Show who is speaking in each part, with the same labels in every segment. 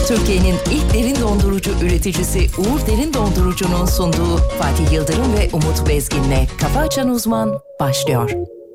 Speaker 1: Türkiye'nin ilk derin dondurucu üreticisi Uğur Derin Dondurucu'nun sunduğu Fatih Yıldırım ve Umut Bezgin'le Kafa Açan Uzman başlıyor.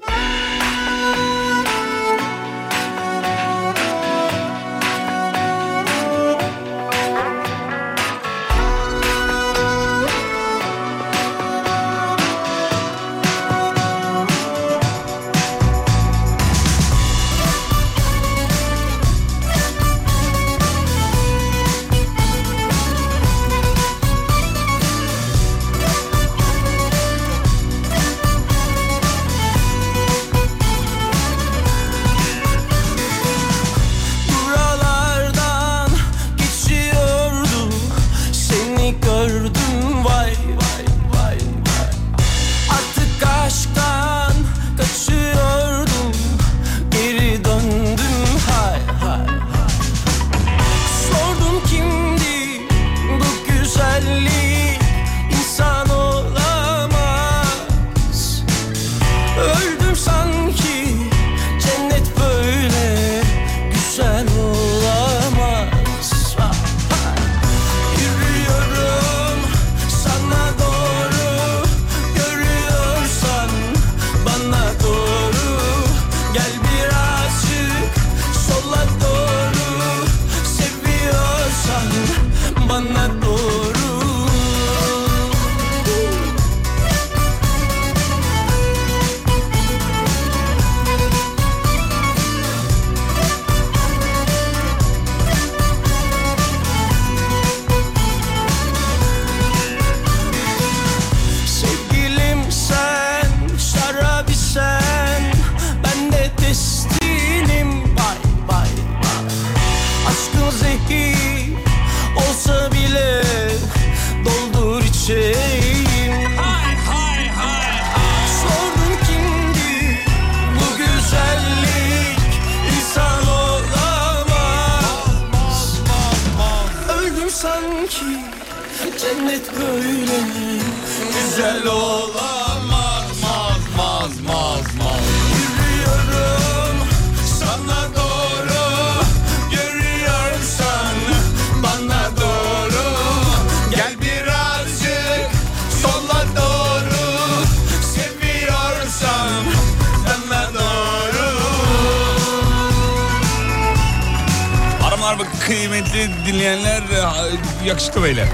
Speaker 2: Kıymetli dinleyenler, yakışıklı beyler.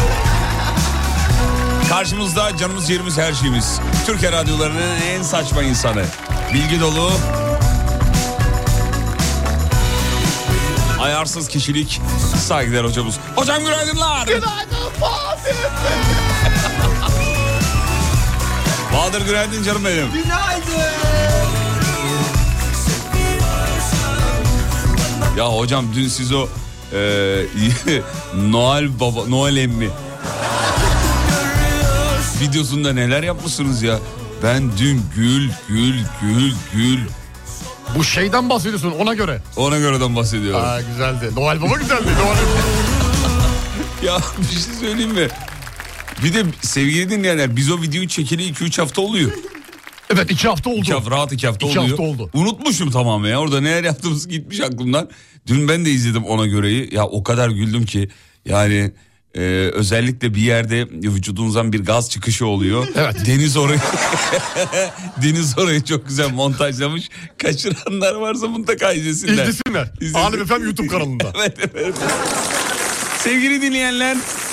Speaker 2: Karşımızda canımız, yerimiz, her şeyimiz. Türkiye radyolarının en saçma insanı. Bilgi dolu, ayarsız kişilik, saygıdeğer hocamız. Hocam günaydınlar.
Speaker 3: Günaydın Fatih.
Speaker 2: Bahadır günaydın canım benim.
Speaker 3: Günaydın.
Speaker 2: Ya hocam dün siz o Noel emmi videosunda neler yapmışsınız ya. Ben dün gül.
Speaker 3: Bu şeyden bahsediyorsun ona göre.
Speaker 2: Ona göreden bahsediyorum.
Speaker 3: Aa, güzeldi. Noel Baba güzeldi.
Speaker 2: Ya bir şey söyleyeyim mi? Bir de sevgili dinleyenler, biz o videoyu çekeli 2-3 hafta oluyor.
Speaker 3: Evet 2 hafta oldu.
Speaker 2: Rahat 2 hafta oluyor.
Speaker 3: 2 hafta oldu.
Speaker 2: Unutmuşum tamamen ya. Orada neler yaptığımız gitmiş aklımdan. Dün ben de izledim ona göreyi. Ya o kadar güldüm ki. Yani özellikle bir yerde vücudunuzdan bir gaz çıkışı oluyor.
Speaker 3: Evet.
Speaker 2: Deniz orayı çok güzel montajlamış. Kaçıranlar varsa mutlaka izlesinler.
Speaker 3: İzlesinler. Alem FM YouTube kanalında.
Speaker 2: Evet. Sevgili dinleyenler,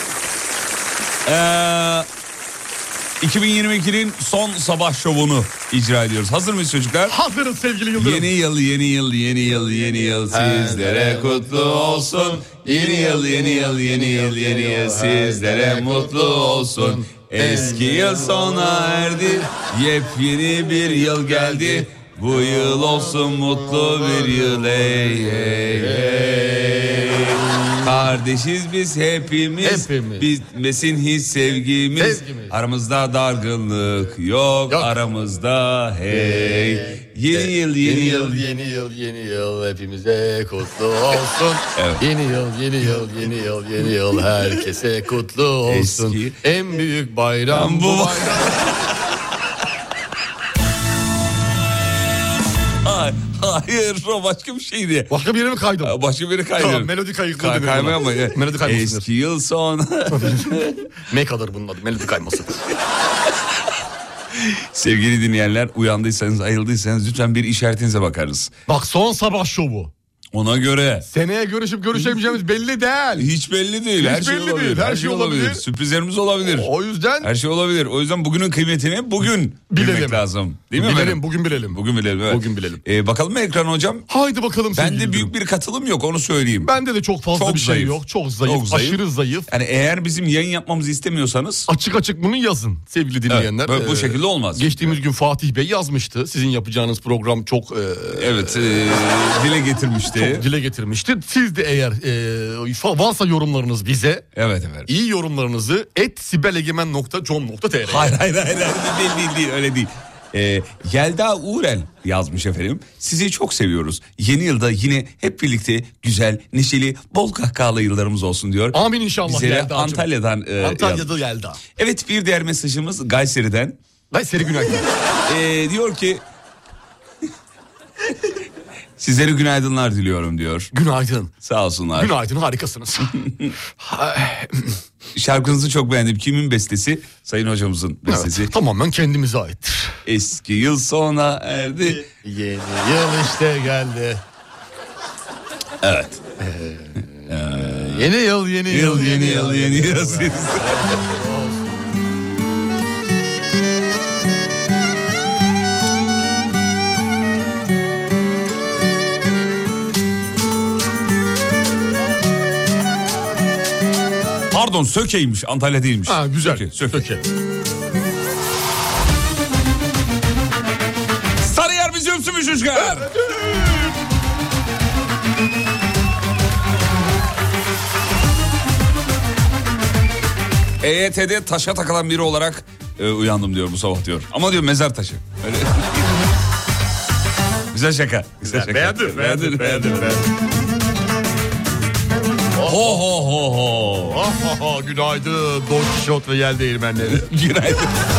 Speaker 2: 2022'nin son sabah şovunu icra ediyoruz. Hazır mıyız çocuklar?
Speaker 3: Hazırız sevgili Yıldırım.
Speaker 2: Yeni yıl sizlere kutlu olsun. Yeni yıl sizlere mutlu olsun. Eski yıl sona erdi, yepyeni bir yıl geldi. Bu yıl olsun mutlu bir yıl, Kardeşiz biz hepimiz. Bitmesin hiç sevgimiz. Aramızda dargınlık yok. Aramızda hey. Yeni yıl
Speaker 3: hepimize kutlu olsun.
Speaker 2: Evet.
Speaker 3: Yeni yıl herkese kutlu olsun.
Speaker 2: Eski.
Speaker 3: En büyük bayram bu bayram.
Speaker 2: Hayır, o başka bir şeydi.
Speaker 3: Başka bir yere mi kaydım?
Speaker 2: Başka bir yere kaydım.
Speaker 3: Tamam, melodi kayıklı deniyor
Speaker 2: Kaymaya
Speaker 3: buna.
Speaker 2: ama.
Speaker 3: Melodi kayması.
Speaker 2: Eski yıl sonra.
Speaker 3: Mekadır bunun adı, melodi kayması.
Speaker 2: Sevgili dinleyenler, uyandıysanız, ayıldıysanız lütfen bir işaretinize bakarız.
Speaker 3: Bak, son sabah şovu.
Speaker 2: Ona göre.
Speaker 3: Seneye görüşüp görüşemeyeceğimiz belli değil.
Speaker 2: Hiç belli değil.
Speaker 3: Hiç
Speaker 2: Her şey
Speaker 3: belli
Speaker 2: olabilir.
Speaker 3: değil. Her şey olabilir.
Speaker 2: Sürprizlerimiz olabilir.
Speaker 3: O yüzden
Speaker 2: Her şey olabilir. O yüzden bugünün kıymetini bugün bilmek lazım. Değil mi
Speaker 3: bilelim,
Speaker 2: efendim?
Speaker 3: bugün bilelim.
Speaker 2: Bugün bilelim. Evet.
Speaker 3: Bugün bilelim.
Speaker 2: Bakalım mı ekran hocam?
Speaker 3: Haydi bakalım.
Speaker 2: Bende büyük bir katılım yok, onu söyleyeyim.
Speaker 3: Bende de çok fazla
Speaker 2: Çok
Speaker 3: bir şey
Speaker 2: zayıf.
Speaker 3: yok. Çok zayıf.
Speaker 2: Çok zayıf.
Speaker 3: Aşırı zayıf.
Speaker 2: Yani eğer bizim yayın yapmamızı istemiyorsanız.
Speaker 3: Açık açık bunu yazın sevgili dinleyenler.
Speaker 2: Evet, bu şekilde olmaz.
Speaker 3: Geçtiğimiz gün Fatih Bey yazmıştı. Sizin yapacağınız program çok...
Speaker 2: Evet, dile getirmişti.
Speaker 3: Çok dile getirmişti. Siz de eğer varsa yorumlarınız bize...
Speaker 2: Evet efendim.
Speaker 3: İyi yorumlarınızı @sibelegemen.com.tr.
Speaker 2: Hayır değil öyle değil. Yelda Uğrel yazmış efendim. Sizi çok seviyoruz. Yeni yılda yine hep birlikte güzel, neşeli, bol kahkahalı yıllarımız olsun diyor.
Speaker 3: Amin inşallah.
Speaker 2: Bize Antalya'dan
Speaker 3: Antalya'da Yelda.
Speaker 2: Evet, bir diğer mesajımız Gayseri'den.
Speaker 3: Gayseri günaydın.
Speaker 2: Diyor ki sizlere günaydınlar diliyorum diyor.
Speaker 3: Günaydın.
Speaker 2: Sağ olsunlar.
Speaker 3: Günaydın, harikasınız.
Speaker 2: Şarkınızı çok beğendim. Kimin bestesi? Sayın hocamızın bestesi.
Speaker 3: Evet, tamamen kendimize ait.
Speaker 2: Eski yıl sona erdi.
Speaker 3: Yeni yıl işte geldi.
Speaker 2: Evet.
Speaker 3: Yeni yıl.
Speaker 2: Yeni yıl. Pardon, Söke'ymiş, Antalya değilmiş.
Speaker 3: Ha, güzel.
Speaker 2: Söke. Sarıyer bizi öpsümüş Rüzgar. EYT'de taşa takılan biri olarak uyandım diyor bu sabah diyor. Ama diyor mezar taşı. Öyle. Güzel şaka. Beğendim. Ho.
Speaker 3: Günaydın Don Kişot ve yel değirmenleri.
Speaker 2: Günaydın.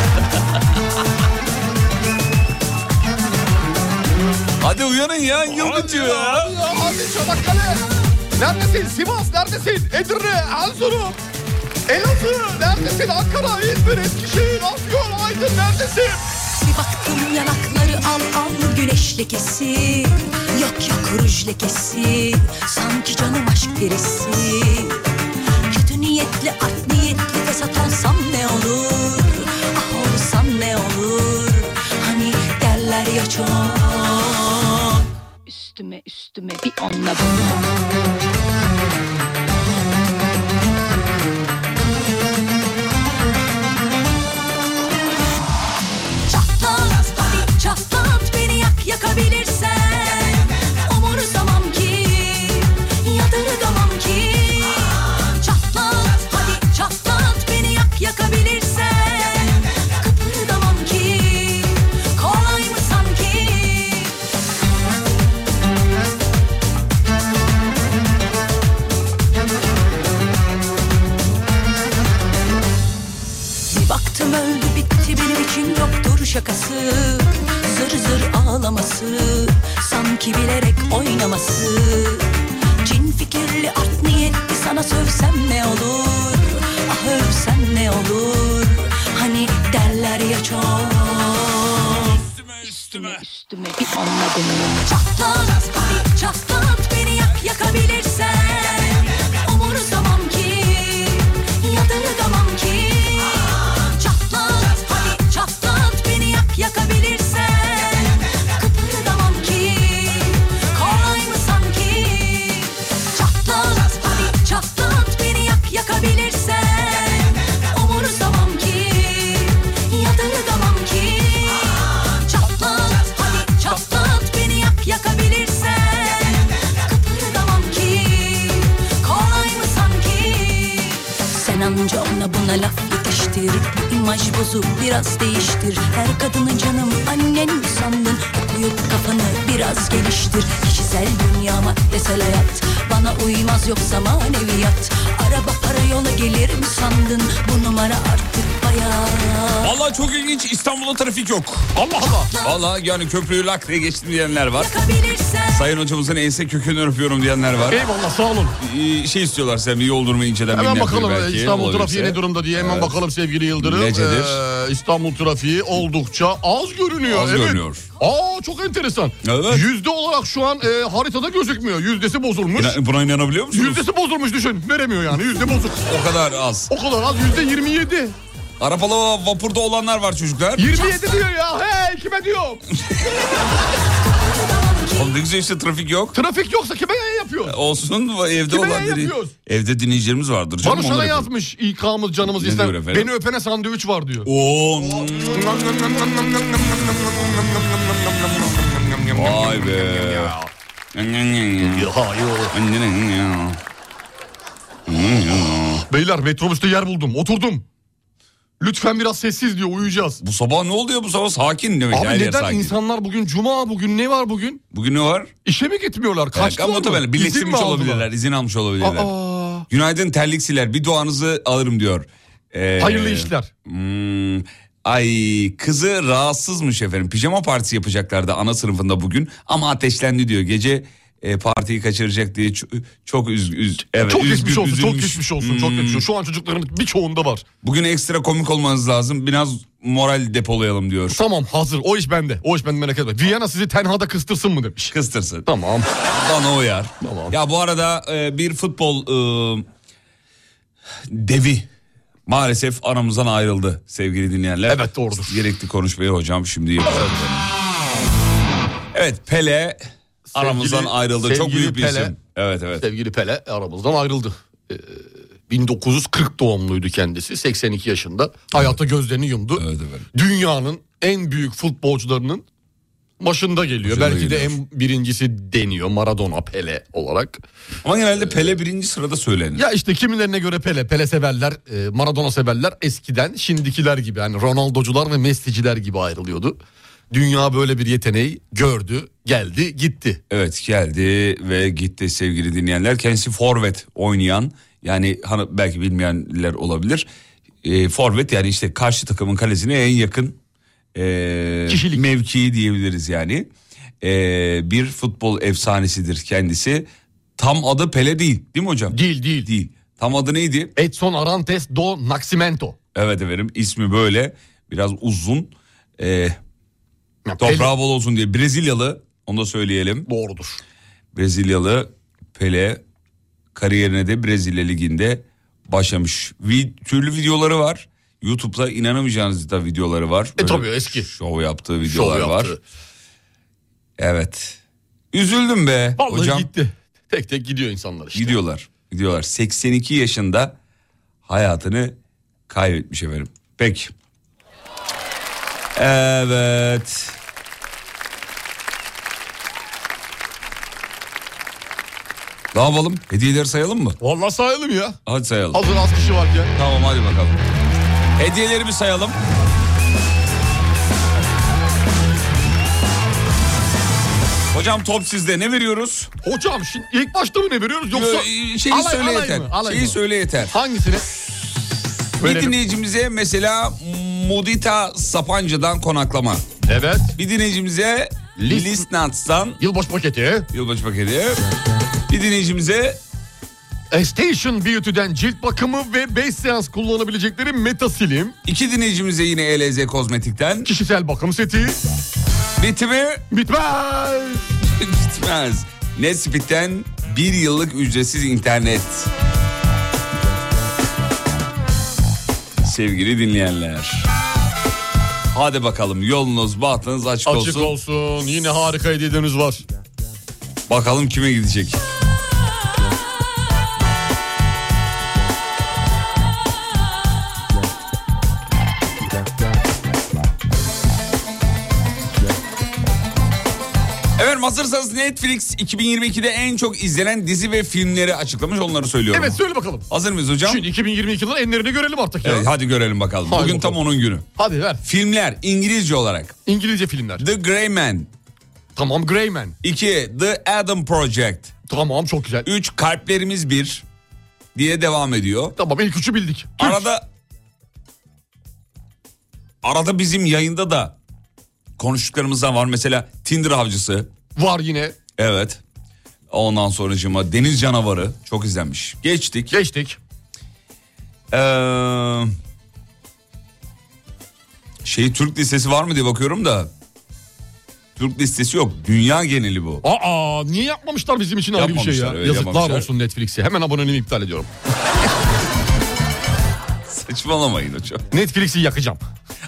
Speaker 2: Hadi uyanın ya, yıl bitiyor ya.
Speaker 3: Hadi Çanakkale. Neredesin? Sivas neredesin? Edirne, Erzurum, Elazığ neredesin? Ankara, İzmir, Eskişehir, Afyon, Aydın neredesin?
Speaker 4: Bir baktım yanakları al güneş lekesi. Yok ruj lekesi. Sanki canım aşk derisi. Kötü niyetli, art niyetli fesat olsam ne olur? Ah olsam ne olur? Hani derler ya çok. Üstüme bir onunla bunu. Çatlat beni, yakabilirsen umursamam ki, yadırgamam ki. Çatlat beni, yakabilirsen kıpırdamam ki. Kolay mı sanki? Bir baktım öldü bitti, benim için yoktur şakası. Zır ağlaması, sanki bilerek oynaması. Cin fikirli, art niyetli, sana sövsem ne olur? Ah övsem ne olur? Hani derler ya çok. Üstüme bir onunla bunu. Çatlat beni, yakabilirsen umursamam ki, yadırgamam ki. Çatlat beni, yakabilirsen kıpırdamam ki. Kolay mı sanki? Çatlat beni, yakabilirsen umursamam ki, yadırgamam ki. Çatlat beni, yakabilirsen kıpırdamam ki. Kolay mı sanki? Sen anca ona buna laf yetiştir. İmaj bozu biraz değiştir. Her kadını canım annen mi sandın? okuyup kafanı biraz geliştir. Kişisel dünyama desel hayat bana uymaz, yoksa maneviyat. Araba para yola gelir mi sandın? Bu numara artık bayağı.
Speaker 2: Vallahi çok ilginç, İstanbul'da trafik yok.
Speaker 3: Allah Allah.
Speaker 2: Vallahi yani köprüyü lak diye geçtim diyenler var.
Speaker 4: Yakabilirsen.
Speaker 2: Sayın hocamızın ense kökünü öpüyorum diyenler var.
Speaker 3: Eyvallah, sağ olun.
Speaker 2: Şey istiyorlar, sen bir yol durumu inceden.
Speaker 3: Hemen bakalım
Speaker 2: belki,
Speaker 3: İstanbul
Speaker 2: olabilirse.
Speaker 3: trafiği ne durumda diye hemen
Speaker 2: Evet.
Speaker 3: bakalım sevgili Yıldırım.
Speaker 2: Necedir?
Speaker 3: İstanbul trafiği oldukça az görünüyor.
Speaker 2: Az görünüyor.
Speaker 3: Çok enteresan.
Speaker 2: Evet.
Speaker 3: Yüzde olarak şu an haritada gözükmüyor. Yüzdesi bozulmuş.
Speaker 2: Buna inanabiliyor musunuz?
Speaker 3: Yüzdesi bozulmuş, düşün. Veremiyor yani, yüzde bozuk.
Speaker 2: O kadar az.
Speaker 3: O kadar az, %27.
Speaker 2: Arapalı vapurda olanlar var çocuklar.
Speaker 3: 27 diyor ya. Hey, kime diyor?
Speaker 2: Oğlum ne güzel işte, trafik yok.
Speaker 3: Trafik yoksa kime yayın yapıyor?
Speaker 2: Olsun, evde
Speaker 3: Kime
Speaker 2: olan
Speaker 3: yayın
Speaker 2: biri.
Speaker 3: yapıyoruz?
Speaker 2: Evde dinleyicilerimiz vardır canım.
Speaker 3: Barış
Speaker 2: onlar
Speaker 3: Ana
Speaker 2: yapıyor.
Speaker 3: yazmış, İK'mız canımız
Speaker 2: Ne
Speaker 3: ister.
Speaker 2: diyor efendim?
Speaker 3: Beni öpene sandviç var diyor.
Speaker 2: Oo. Vay be.
Speaker 3: Beyler, metrobüste yer buldum, oturdum. Lütfen biraz sessiz diyor, uyuyacağız.
Speaker 2: Bu sabah ne oldu ya, bu sabah sakin demek.
Speaker 3: Abi
Speaker 2: her yer
Speaker 3: neden
Speaker 2: sakin.
Speaker 3: insanlar bugün cuma, bugün ne var bugün?
Speaker 2: Bugün ne var?
Speaker 3: İşe mi gitmiyorlar? Kaçtılar mı?
Speaker 2: Muhtemelen
Speaker 3: İzin mi
Speaker 2: birleştirmiş
Speaker 3: aldılar?
Speaker 2: olabilirler, izin almış olabilirler.
Speaker 3: Aa,
Speaker 2: Günaydın terliksiler, bir duanızı alırım diyor.
Speaker 3: hayırlı işler.
Speaker 2: Ay, kızı rahatsızmış efendim. Pijama partisi yapacaklardı ana sınıfında bugün ama ateşlendi diyor. Gece partiyi kaçıracak diye çok evet,
Speaker 3: Çok geçmiş olsun, çok
Speaker 2: üzülmüş.
Speaker 3: geçmiş olsun, çok geçmiş olsun. Şu an çocukların birçoğunda var.
Speaker 2: Bugün ekstra komik olmanız lazım. Biraz moral depolayalım diyor.
Speaker 3: Tamam, hazır. O iş bende. O iş bende, merak etme. Viyana sizi tenhada kıstırsın mı demiş.
Speaker 2: Kıstırsın.
Speaker 3: Tamam.
Speaker 2: Bana uyar.
Speaker 3: Tamam.
Speaker 2: Ya bu arada bir futbol devi maalesef aramızdan ayrıldı sevgili dinleyenler.
Speaker 3: Evet, doğrudur.
Speaker 2: Gerekli konuşmayı hocam şimdi yapalım. Evet, Pele aramızdan ayrıldı. Çok
Speaker 3: sevgili
Speaker 2: büyük bir
Speaker 3: Pele.
Speaker 2: isim. Evet evet.
Speaker 3: Sevgili Pele aramızdan ayrıldı. 1940 doğumluydu kendisi. 82 yaşında. Hayata gözlerini yumdu.
Speaker 2: Evet efendim.
Speaker 3: Dünyanın en büyük futbolcularının başında geliyor.
Speaker 2: Başında
Speaker 3: Belki de
Speaker 2: geliyor.
Speaker 3: en birincisi deniyor, Maradona, Pele olarak.
Speaker 2: Ama genelde Pele birinci sırada söylenir.
Speaker 3: Ya işte kimilerine göre Pele severler, Maradona severler. Eskiden şimdikiler gibi, yani Ronaldo'cular ve Messi'ciler gibi ayrılıyordu. Dünya böyle bir yeteneği gördü, geldi, gitti.
Speaker 2: Evet, geldi ve gitti sevgili dinleyenler. Kendisi forvet oynayan, yani belki bilmeyenler olabilir. Forvet, yani işte karşı takımın kalesine en yakın
Speaker 3: Kişilik.
Speaker 2: mevkii diyebiliriz yani. Bir futbol efsanesidir kendisi. Tam adı Pele değil mi hocam?
Speaker 3: Değil.
Speaker 2: Değil. Tam adı neydi?
Speaker 3: Edson Arantes do Nascimento.
Speaker 2: Evet efendim, ismi böyle biraz uzun.
Speaker 3: Ya
Speaker 2: Toprağı bol olsun diye. Brezilyalı, onu da söyleyelim.
Speaker 3: Doğrudur.
Speaker 2: Brezilyalı Pele kariyerine de Brezilya Ligi'nde başlamış. Türlü videoları var. YouTube'da inanamayacağınız da videoları var. Böyle
Speaker 3: Tabii eski.
Speaker 2: Şov yaptığı videolar var.
Speaker 3: yaptı.
Speaker 2: Evet. Üzüldüm be
Speaker 3: Vallahi
Speaker 2: hocam.
Speaker 3: gitti. Tek tek gidiyor insanlar işte.
Speaker 2: Gidiyorlar. 82 yaşında hayatını kaybetmiş efendim. Peki. Evet. Ne yapalım? Hediyeleri sayalım mı?
Speaker 3: Vallahi sayalım ya.
Speaker 2: Hadi sayalım.
Speaker 3: Hazır az kişi varken.
Speaker 2: Tamam, hadi bakalım. Hediyeleri bir sayalım. Hocam top sizde, ne veriyoruz?
Speaker 3: Hocam şimdi ilk başta mı ne veriyoruz yoksa?
Speaker 2: Şeyi söyle yeter.
Speaker 3: Alay
Speaker 2: Şeyi
Speaker 3: mı?
Speaker 2: söyle yeter.
Speaker 3: Hangisini?
Speaker 2: Bir
Speaker 3: Verelim.
Speaker 2: dinleyicimize mesela Mudita Sapanca'dan konaklama.
Speaker 3: Evet.
Speaker 2: Bir dinleyicimize Listnats'tan
Speaker 3: Yılbaşı paketi.
Speaker 2: yılbaşı paketi. Bir dinleyicimize
Speaker 3: Station Beauty'den cilt bakımı ve 5 seans kullanabilecekleri Metasil'im.
Speaker 2: 2 dinleyicimize yine ELZ Kozmetik'ten.
Speaker 3: Kişisel bakım seti.
Speaker 2: Bitti mi?
Speaker 3: Bitmez.
Speaker 2: Bitmez. Netspeed'den 1 yıllık ücretsiz internet. Sevgili dinleyenler. Hadi bakalım, yolunuz bahtınız açık olsun.
Speaker 3: Açık olsun. Yine harika hediyeleriniz var.
Speaker 2: Bakalım kime gidecek. Efendim, hazırsanız Netflix 2022'de en çok izlenen dizi ve filmleri açıklamış, onları söylüyorum.
Speaker 3: Evet, söyle bakalım.
Speaker 2: Hazır mıyız hocam?
Speaker 3: Şimdi 2022 yılın enlerini görelim artık ya.
Speaker 2: Evet, hadi görelim bakalım.
Speaker 3: Hadi
Speaker 2: Bugün
Speaker 3: bakalım.
Speaker 2: tam onun günü.
Speaker 3: Hadi ver.
Speaker 2: Filmler İngilizce olarak:
Speaker 3: İngilizce filmler.
Speaker 2: The Grey Man,
Speaker 3: Tamam, Grey Man.
Speaker 2: 2 The Adam Project.
Speaker 3: Tamam, çok güzel.
Speaker 2: 3 Kalplerimiz Bir diye devam ediyor.
Speaker 3: Tamam, ilk üçü bildik. Türk.
Speaker 2: Arada bizim yayında da konuştuklarımızdan var. Mesela Tinder Avcısı.
Speaker 3: Var yine.
Speaker 2: Evet. Ondan sonracığıma Deniz Canavarı çok izlenmiş. Geçtik. Türk listesi var mı diye bakıyorum da. Türk listesi yok. Dünya geneli bu.
Speaker 3: Aa, niye yapmamışlar bizim için ayrı bir şey ya?
Speaker 2: Evet,
Speaker 3: Yazıklar olsun Netflix'e. Hemen aboneliğimi iptal ediyorum.
Speaker 2: Saçmalamayın hocam.
Speaker 3: Netflix'i yakacağım.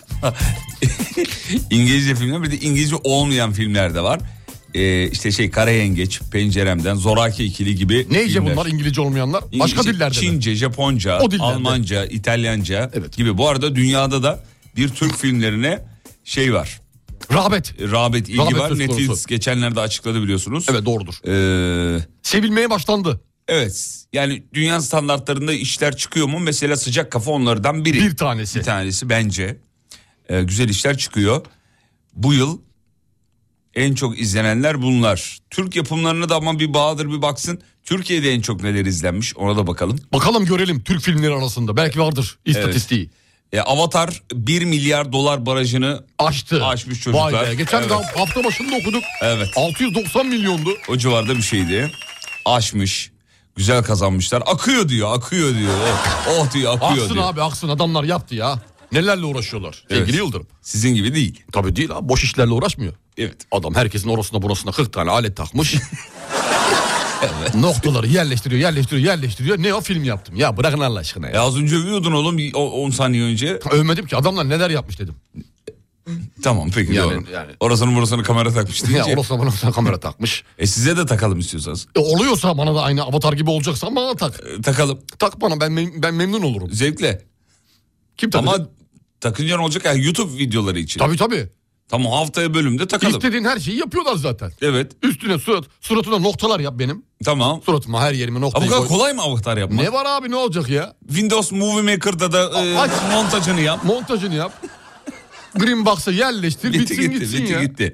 Speaker 2: İngilizce filmler, bir de İngilizce olmayan filmler de var. İşte Kara Yengeç, Penceremden, Zoraki İkili gibi
Speaker 3: Neyce
Speaker 2: filmler.
Speaker 3: bunlar İngilizce olmayanlar? Başka dillerde
Speaker 2: Çince,
Speaker 3: mi?
Speaker 2: Japonca, Almanca, İtalyanca gibi. Bu arada dünyada da bir Türk filmlerine var. Rağbet, ilgi var. Netflix geçenlerde açıkladı biliyorsunuz.
Speaker 3: Evet, doğrudur. Sevilmeye başlandı.
Speaker 2: Evet, yani dünya standartlarında işler çıkıyor mu? Mesela Sıcak Kafa onlardan biri.
Speaker 3: Bir tanesi
Speaker 2: bence. Güzel işler çıkıyor. Bu yıl en çok izlenenler bunlar. Türk yapımlarına da ama bir Bahadır bir baksın. Türkiye'de en çok neler izlenmiş, ona da bakalım.
Speaker 3: Bakalım, görelim Türk filmleri arasında. Belki vardır istatistiği.
Speaker 2: Avatar 1 milyar dolar barajını aşmış çocuklar.
Speaker 3: Vay be, geçen hafta başında okuduk.
Speaker 2: Evet.
Speaker 3: 690 milyondu.
Speaker 2: O civarda bir şeydi. Aşmış. Güzel kazanmışlar. Akıyor diyor. Oh diyor, akıyor
Speaker 3: aksın
Speaker 2: diyor.
Speaker 3: Abi aksın, adamlar yaptı ya. Nelerle uğraşıyorlar. Sevgili Yıldırım.
Speaker 2: Sizin gibi değil.
Speaker 3: Tabii değil abi, boş işlerle uğraşmıyor.
Speaker 2: Evet.
Speaker 3: Adam herkesin orasına burasına 40 tane alet takmış. Evet. Noktaları yerleştiriyor. Ne o, film yaptım. Ya bırakın Allah aşkına ya.
Speaker 2: Az önce övüyordun oğlum 10 saniye önce.
Speaker 3: Övmedim ki, adamlar neler yapmış dedim.
Speaker 2: Tamam peki, doğru. Orasını kamera takmış deyince.
Speaker 3: Ya orasına kamera takmış.
Speaker 2: Size de takalım istiyorsanız.
Speaker 3: Oluyorsa bana da aynı Avatar gibi olacaksa bana tak.
Speaker 2: Takalım.
Speaker 3: Tak bana, ben memnun olurum.
Speaker 2: Zevkle.
Speaker 3: Kim takacak?
Speaker 2: Ama takınca ne olacak? Yani YouTube videoları için.
Speaker 3: Tabii.
Speaker 2: Tamam, haftaya bölümde takalım.
Speaker 3: İstediğin her şeyi yapıyorlar zaten.
Speaker 2: Evet.
Speaker 3: Üstüne suratına noktalar yap benim.
Speaker 2: Tamam.
Speaker 3: Suratıma her yerime noktayı
Speaker 2: koy. Bu kadar
Speaker 3: koy.
Speaker 2: kolay mı avatar yapmak?
Speaker 3: Ne var abi, ne olacak ya?
Speaker 2: Windows Movie Maker'da da montajını yap. Green Box'a yerleştir, gitti.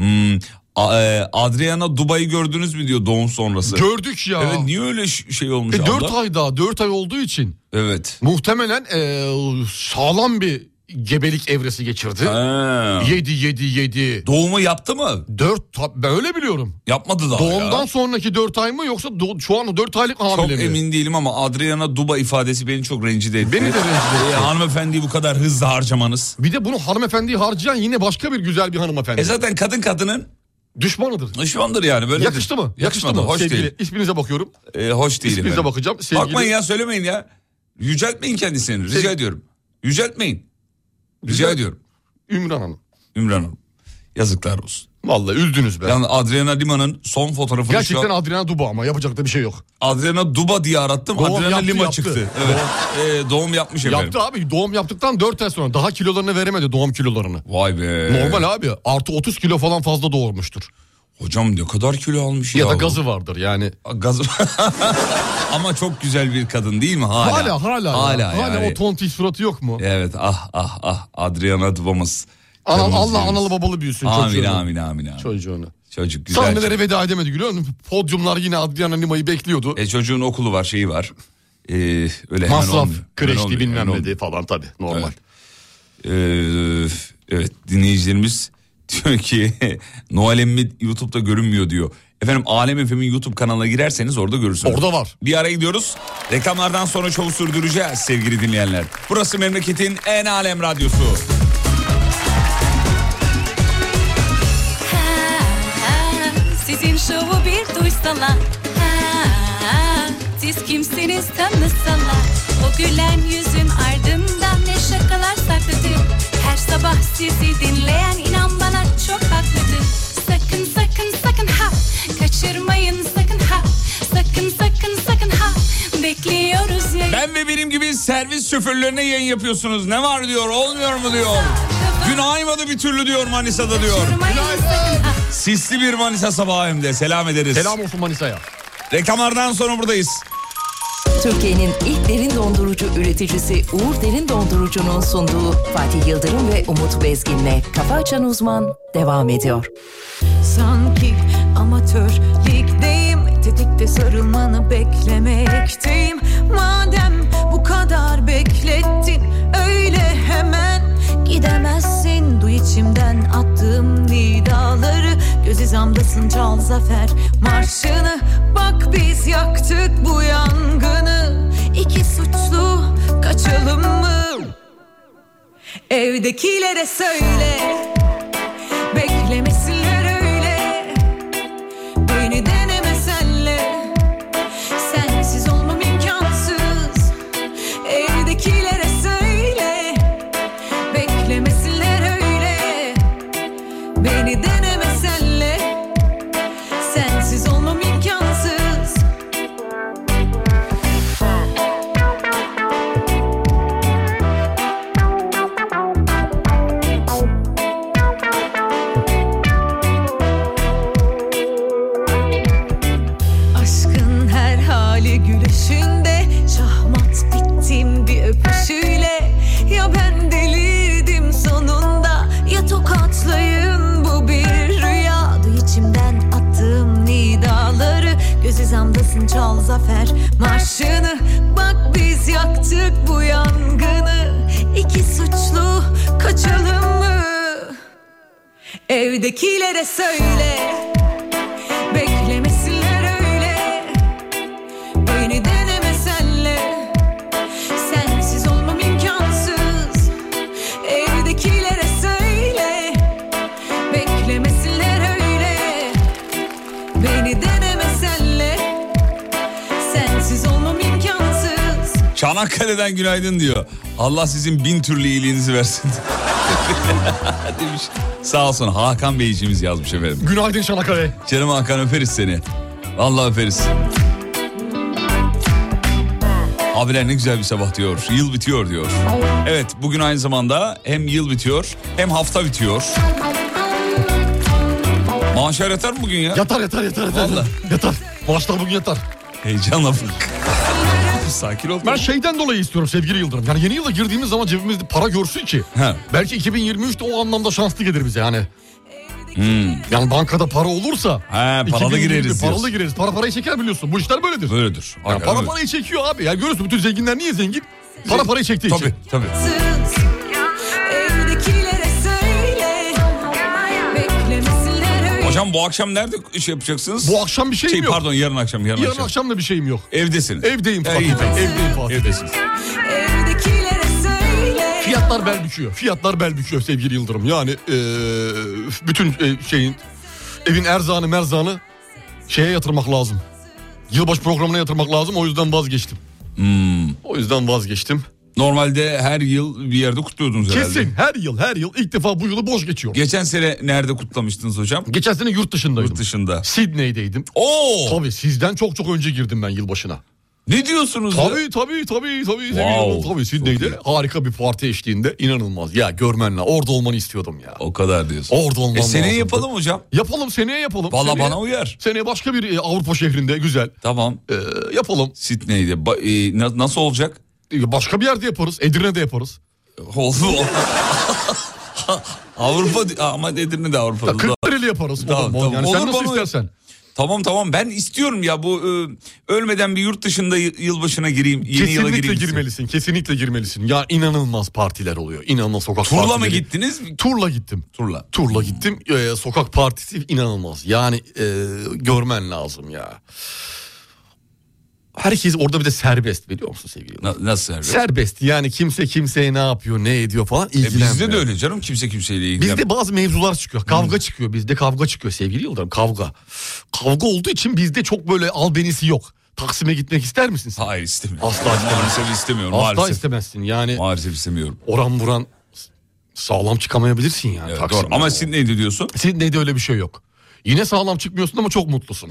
Speaker 2: Adriana Dubai'yi gördünüz mü diyor doğum sonrası.
Speaker 3: Gördük ya.
Speaker 2: Evet, niye öyle şey olmuş abla?
Speaker 3: 4 ay olduğu için.
Speaker 2: Evet.
Speaker 3: Muhtemelen sağlam bir gebelik evresi geçirdi. Yedi.
Speaker 2: Doğumu yaptı mı?
Speaker 3: Ben öyle biliyorum.
Speaker 2: Yapmadı daha
Speaker 3: Doğumdan
Speaker 2: ya.
Speaker 3: sonraki 4 ay mı, yoksa şu an 4 aylık hamile mi?
Speaker 2: Çok emin değilim ama Adriana Dubai ifadesi beni çok rencide etti.
Speaker 3: Beni de rencide etti.
Speaker 2: Hanımefendiyi bu kadar hızlı harcamanız.
Speaker 3: Bir de bunu hanımefendiyi harcayan yine başka bir güzel bir hanımefendi.
Speaker 2: Zaten kadının
Speaker 3: düşmandır
Speaker 2: yani. Böyle
Speaker 3: yakıştı mı?
Speaker 2: Hoş
Speaker 3: sevgili,
Speaker 2: değil.
Speaker 3: İsminize bakıyorum.
Speaker 2: Hoş değil.
Speaker 3: İsminize bakacağım. Sevgili...
Speaker 2: Bakmayın ya, söylemeyin ya. Yüceltmeyin kendisini, rica ediyorum. Yüceltmeyin. Rica ediyorum.
Speaker 3: Ümran Hanım.
Speaker 2: Yazıklar olsun.
Speaker 3: Vallahi üzdünüz be.
Speaker 2: Yani Adriana Lima'nın son fotoğrafını
Speaker 3: gerçekten Adriana Duba, ama yapacak da bir şey yok.
Speaker 2: Adriana Duba diye arattım. Adriana Lima çıktı. Evet. Doğum yapmış efendim.
Speaker 3: Yaptı abi. Doğum yaptıktan 4 ay sonra daha kilolarını veremedi, doğum kilolarını.
Speaker 2: Vay be.
Speaker 3: Normal abi. Artı 30 kilo falan fazla doğurmuştur.
Speaker 2: Hocam ne kadar kilo almış ya.
Speaker 3: Ya da gazı vardır yani.
Speaker 2: Gazı. Ama çok güzel bir kadın değil mi? Hala yani.
Speaker 3: O tontiş suratı yok mu?
Speaker 2: Evet, Adriana Duba'mız.
Speaker 3: Allah analı babalı büyüsün çocuğunu.
Speaker 2: Amin.
Speaker 3: Çocuğunu.
Speaker 2: Çocuk güzel.
Speaker 3: Sahnelere veda edemedi, biliyor musun? Podyumlar yine Adriana Lima'yı bekliyordu.
Speaker 2: Çocuğun okulu var, şeyi var. Öyle
Speaker 3: masraf, kreşti bilmem ne falan, tabii normal.
Speaker 2: Evet, dinleyicilerimiz diyor ki Noel Emmi YouTube'da görünmüyor diyor. Efendim, Alem FM'in YouTube kanalına girerseniz orada görürsünüz.
Speaker 3: Orada var.
Speaker 2: Bir ara gidiyoruz. Reklamlardan sonra şovu sürdüreceğiz sevgili dinleyenler. Burası memleketin en alem radyosu.
Speaker 4: Sizin şovu bir duysalar, siz kimsiniz tanısalar. O gülen yüzün ardından ne şakalar sakladı. Her sabah sizi dinleyen inan bana çok haklıdır. Sakın ha, kaçırmayın sakın ha. Sakın ha, bekliyoruz ya.
Speaker 2: Ben ve benim gibi servis şoförlerine yayın yapıyorsunuz. Ne var diyor, olmuyor mu diyor. Gün aymadı bir türlü diyor Manisa'da diyor. Sisli bir Manisa sabahı hem de, selam ederiz.
Speaker 3: Selam olsun Manisa'ya.
Speaker 2: Reklamlardan sonra buradayız.
Speaker 1: Türkiye'nin ilk derin dondurucu üreticisi Uğur Derin Dondurucu'nun sunduğu Fatih Yıldırım ve Umut Bezgin'le Kafa Açan Uzman devam ediyor.
Speaker 4: Sanki amatör ligdeyim, tetikte sarılmanı beklemekteyim. Madem bu kadar beklettin, öyle hemen gidemezsin. Duy içimden attığım nidaları, göz hizamdasın, çal zafer marşını. Bak biz yaktık bu yangını, iki suçlu kaçalım mı? Evdekilere söyle, beklemesinler öyle. Beni deneme senle, sensiz olmam imkansız. Evdekilere söyle, beklemesinler öyle. Beni deneme senle, sensiz olmam imkansız. Aşkın her hali gülüşünde, şahmat bittim bir öpüşüyle. Ya ben delirdim sonunda, ya tokatlayın bu bir rüya. Duy içimden attığım nidaları, göz hizamdasın, çal zafer marşını. Bak biz yaktık bu yangını, iki suçlu kaçalım mı? Evdekilere söyle, beklemesinler öyle. Beni deneme senle, sensiz olmam imkansız. Evdekilere söyle, beklemesinler öyle. Beni deneme senle, sensiz olmam imkansız.
Speaker 2: Çanakkale'den günaydın diyor. Allah sizin 1000 türlü iyiliğinizi versin. Demiş. Sağ olsun Hakan Beyciğimiz yazmış efendim.
Speaker 3: Günaydın Çanakkale.
Speaker 2: Canım Hakan, öperiz seni. Vallahi öperiz. Abiler ne güzel bir sabah diyor. Yıl bitiyor diyor. Evet, bugün aynı zamanda hem yıl bitiyor hem hafta bitiyor. Maaşlar yatar mı bugün ya?
Speaker 3: Yatar.
Speaker 2: Vallahi.
Speaker 3: Yatar. Maaşlar bugün yatar.
Speaker 2: Heyecanla bak. Sakin ol.
Speaker 3: Ben şeyden dolayı istiyorum sevgili Yıldırım. Yani yeni yıla girdiğimiz zaman cebimizde para görsün ki.
Speaker 2: He.
Speaker 3: Belki 2023'te o anlamda şanslı gelir bize yani. Yani bankada para olursa.
Speaker 2: He, paralı gireriz diyorsun.
Speaker 3: Paralı gireriz. Para parayı çeker biliyorsun. Bu işler böyledir.
Speaker 2: Böyledir.
Speaker 3: Yani para parayı çekiyor abi. Ya görüyorsun bütün zenginler niye zengin? Para parayı çektiği için.
Speaker 2: Tabii.
Speaker 4: Evdekilere söyle, beklemesinler öyle.
Speaker 2: Hocam bu akşam nerede iş yapacaksınız?
Speaker 3: Bu akşam bir şeyim yok.
Speaker 2: Pardon, yarın akşam.
Speaker 3: Yarın akşam da bir şeyim yok.
Speaker 2: Evdesin.
Speaker 3: Evdeyim Fatih
Speaker 2: İyi,
Speaker 3: Bey.
Speaker 2: tamam.
Speaker 3: Evdeyim Fatih Bey.
Speaker 2: Evdesin.
Speaker 4: Evdekilere söyle.
Speaker 3: Fiyatlar bel büküyor. Fiyatlar bel büküyor sevgili Yıldırım. Yani bütün şeyin, evin erzağını merzağını şeye yatırmak lazım. Yılbaşı programına yatırmak lazım. O yüzden vazgeçtim. O yüzden vazgeçtim.
Speaker 2: Normalde her yıl bir yerde kutluyordunuz herhalde.
Speaker 3: Kesin her yıl ilk defa bu yılı boş geçiyor.
Speaker 2: Geçen sene nerede kutlamıştınız hocam?
Speaker 3: Geçen sene yurt dışındaydım.
Speaker 2: Yurt dışında.
Speaker 3: Sydney'deydim.
Speaker 2: Oo!
Speaker 3: Tabii sizden çok önce girdim ben yılbaşına.
Speaker 2: Ne diyorsunuz ya?
Speaker 3: Tabii.
Speaker 2: Wow.
Speaker 3: Tabii Sydney'de harika bir parti eşliğinde, inanılmaz. Ya görmenle orada olmanı istiyordum ya.
Speaker 2: O kadar diyorsun.
Speaker 3: Orada olmam lazım.
Speaker 2: Seneye yapalım hocam.
Speaker 3: Yapalım, seneye yapalım.
Speaker 2: Valla bana uyar.
Speaker 3: Seneye başka bir Avrupa şehrinde güzel.
Speaker 2: Tamam.
Speaker 3: Yapalım.
Speaker 2: Sydney'de. Nasıl olacak?
Speaker 3: Başka bir yerde yaparız. Edirne'de yaparız.
Speaker 2: Oldu. Avrupa ama Edirne'de Avrupa'da.
Speaker 3: Kırklareli yaparız.
Speaker 2: Tamam.
Speaker 3: Yani
Speaker 2: Olur,
Speaker 3: sen nasıl
Speaker 2: bana
Speaker 3: istersen.
Speaker 2: Tamam ben istiyorum ya bu ölmeden bir yurt dışında yılbaşına gireyim, yeni yıla gireyim.
Speaker 3: Kesinlikle girmelisin. Ya inanılmaz partiler oluyor. İnanılmaz sokak
Speaker 2: Turla
Speaker 3: partileri.
Speaker 2: mı gittiniz?
Speaker 3: Turla gittim. Turla gittim. Sokak partisi inanılmaz. Yani görmen lazım ya. Herkes orada bir de serbest, biliyor musun sevgili?
Speaker 2: Nasıl serbest?
Speaker 3: Serbest, yani kimse kimseye ne yapıyor, ne ediyor falan ilgilenmiyor.
Speaker 2: Bizde de öyle canım, kimse kimseyle ilgilenmiyor.
Speaker 3: Bizde bazı mevzular çıkıyor. Kavga çıkıyor. Bizde kavga çıkıyor sevgili Yıldırım. Kavga olduğu için bizde çok böyle albenisi yok. Taksim'e gitmek ister misin sen?
Speaker 2: Hayır, istemiyorum.
Speaker 3: Asla
Speaker 2: Maalesef istemiyorum.
Speaker 3: Asla istemezsin yani.
Speaker 2: Maalesef istemiyorum.
Speaker 3: Oran buran sağlam çıkamayabilirsin yani.
Speaker 2: Evet, doğru. Ama Sydney'de diyorsun.
Speaker 3: Sydney'de öyle bir şey yok. Yine sağlam çıkmıyorsun ama çok mutlusun.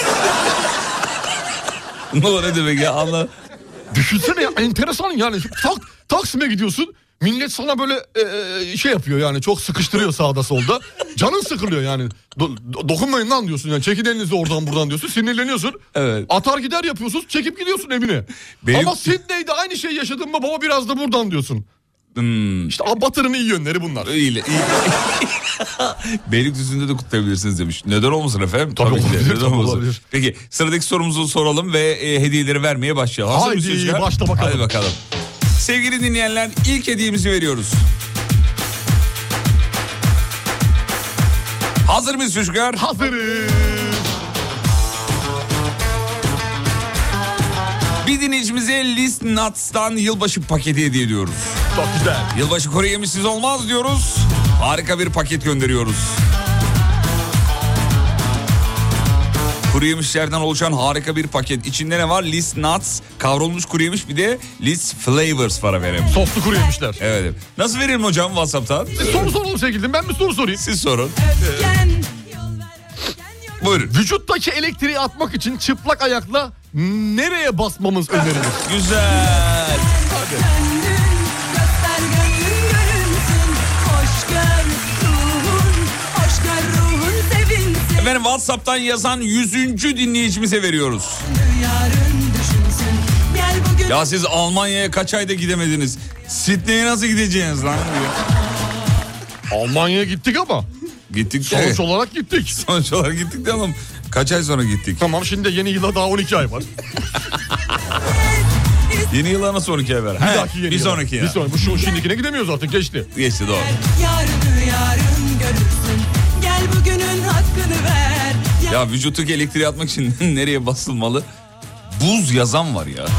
Speaker 2: Ne demek ya, Allah.
Speaker 3: Düşünsene ya, enteresan yani. Taksim'e gidiyorsun. Millet sana böyle şey yapıyor yani, çok sıkıştırıyor sağda solda. Canın sıkılıyor yani. Dokunmayın lan diyorsun yani. Çekin elinizi oradan buradan diyorsun. Sinirleniyorsun.
Speaker 2: Evet.
Speaker 3: Atar gider yapıyorsun. Çekip gidiyorsun evine. Ama Sydney'de aynı şeyi yaşadın mı baba, biraz da buradan diyorsun. İşte Batır'ın iyi yönleri bunlar.
Speaker 2: İyi. Beylikdüzü'nde de kutlayabilirsiniz demiş. Neden olmasın efendim?
Speaker 3: Tabii olabilir,
Speaker 2: Neden olmasın?
Speaker 3: olabilir.
Speaker 2: Peki sıradaki sorumuzu soralım ve hediyeleri vermeye başlayalım. Hazır mısınız
Speaker 3: Haydi
Speaker 2: çocuklar?
Speaker 3: başla bakalım.
Speaker 2: Hadi bakalım. Sevgili dinleyenler, ilk hediyemizi veriyoruz. Hazır mıyız çocuklar?
Speaker 3: Hazırız.
Speaker 2: Bir dinleyicimize List Nuts'tan yılbaşı paketi hediye ediyoruz.
Speaker 3: Çok güzel.
Speaker 2: Yılbaşı kuru yemişsiz olmaz diyoruz. Harika bir paket gönderiyoruz. Kuru yemişlerden oluşan harika bir paket. İçinde ne var? List Nuts, kavrulmuş kuru yemiş, bir de List Flavors var efendim.
Speaker 3: Soslu kuru yemişler.
Speaker 2: Evet. Nasıl verelim hocam WhatsApp'tan?
Speaker 3: Soru soralım sevgilim. Ben bir soru sorayım.
Speaker 2: Siz sorun. Buyurun.
Speaker 3: Vücuttaki elektriği atmak için çıplak ayakla nereye basmamız önerilir?
Speaker 2: Güzel. Efendim WhatsApp'tan yazan 100. dinleyicimize veriyoruz. Ya siz Almanya'ya kaç ayda gidemediniz? Sydney'e nasıl gideceğiniz lan?
Speaker 3: Almanya'ya gittik ama.
Speaker 2: Gittik de.
Speaker 3: Sonuç olarak gittik.
Speaker 2: Sonuç olarak gittik de oğlum. Kaç ay sonra gittik?
Speaker 3: Tamam, şimdi yeni yıla daha 12 ay var.
Speaker 2: Yeni yıla nasıl 12 ay var?
Speaker 3: Bir dahaki yeni
Speaker 2: bir
Speaker 3: yıla.
Speaker 2: sonraki ya.
Speaker 3: Bir sonraki. Bu şimdikine gidemiyoruz artık, geçti.
Speaker 2: Geçti, doğru.
Speaker 4: Yarın görürsün. Gel bugünün hakkını ver.
Speaker 2: Ya vücuttaki elektriği atmak için nereye basılmalı? Buz yazan var ya.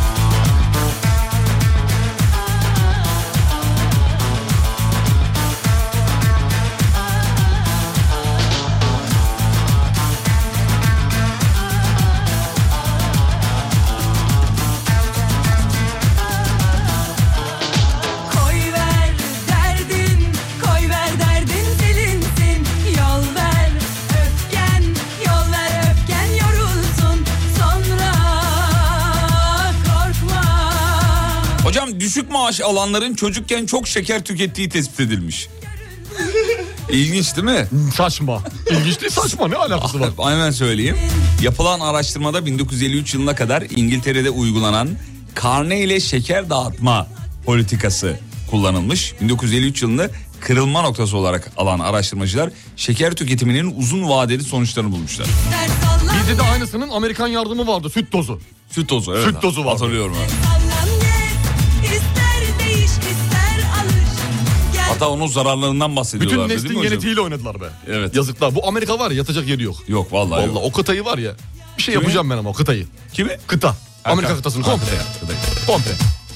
Speaker 2: Düşük maaş alanların çocukken çok şeker tükettiği tespit edilmiş. İlginç değil mi?
Speaker 3: Saçma. İlginç değil, saçma, ne alakası var?
Speaker 2: Hemen söyleyeyim. Yapılan araştırmada 1953 yılına kadar İngiltere'de uygulanan karne ile şeker dağıtma politikası kullanılmış. 1953 yılında kırılma noktası olarak alan araştırmacılar şeker tüketiminin uzun vadeli sonuçlarını bulmuşlar.
Speaker 3: Bizde de aynısının Amerikan yardımı vardı, süt tozu.
Speaker 2: Süt tozu, evet.
Speaker 3: Süt tozu vardı.
Speaker 2: Hatırlıyorum abi. Hatta onun zararlarından bahsediyorlar.
Speaker 3: Bütün neslin genetiğiyle oynadılar be.
Speaker 2: Evet.
Speaker 3: Yazıklar. Bu Amerika var ya, yatacak yeri yok.
Speaker 2: Yok vallahi.
Speaker 3: Vallahi o kıtayı var ya. Bir şey
Speaker 2: Kimi?
Speaker 3: yapacağım ben ama o kıtayı.
Speaker 2: Kimi?
Speaker 3: Kıta. Amerika kıtasını komple. Komple.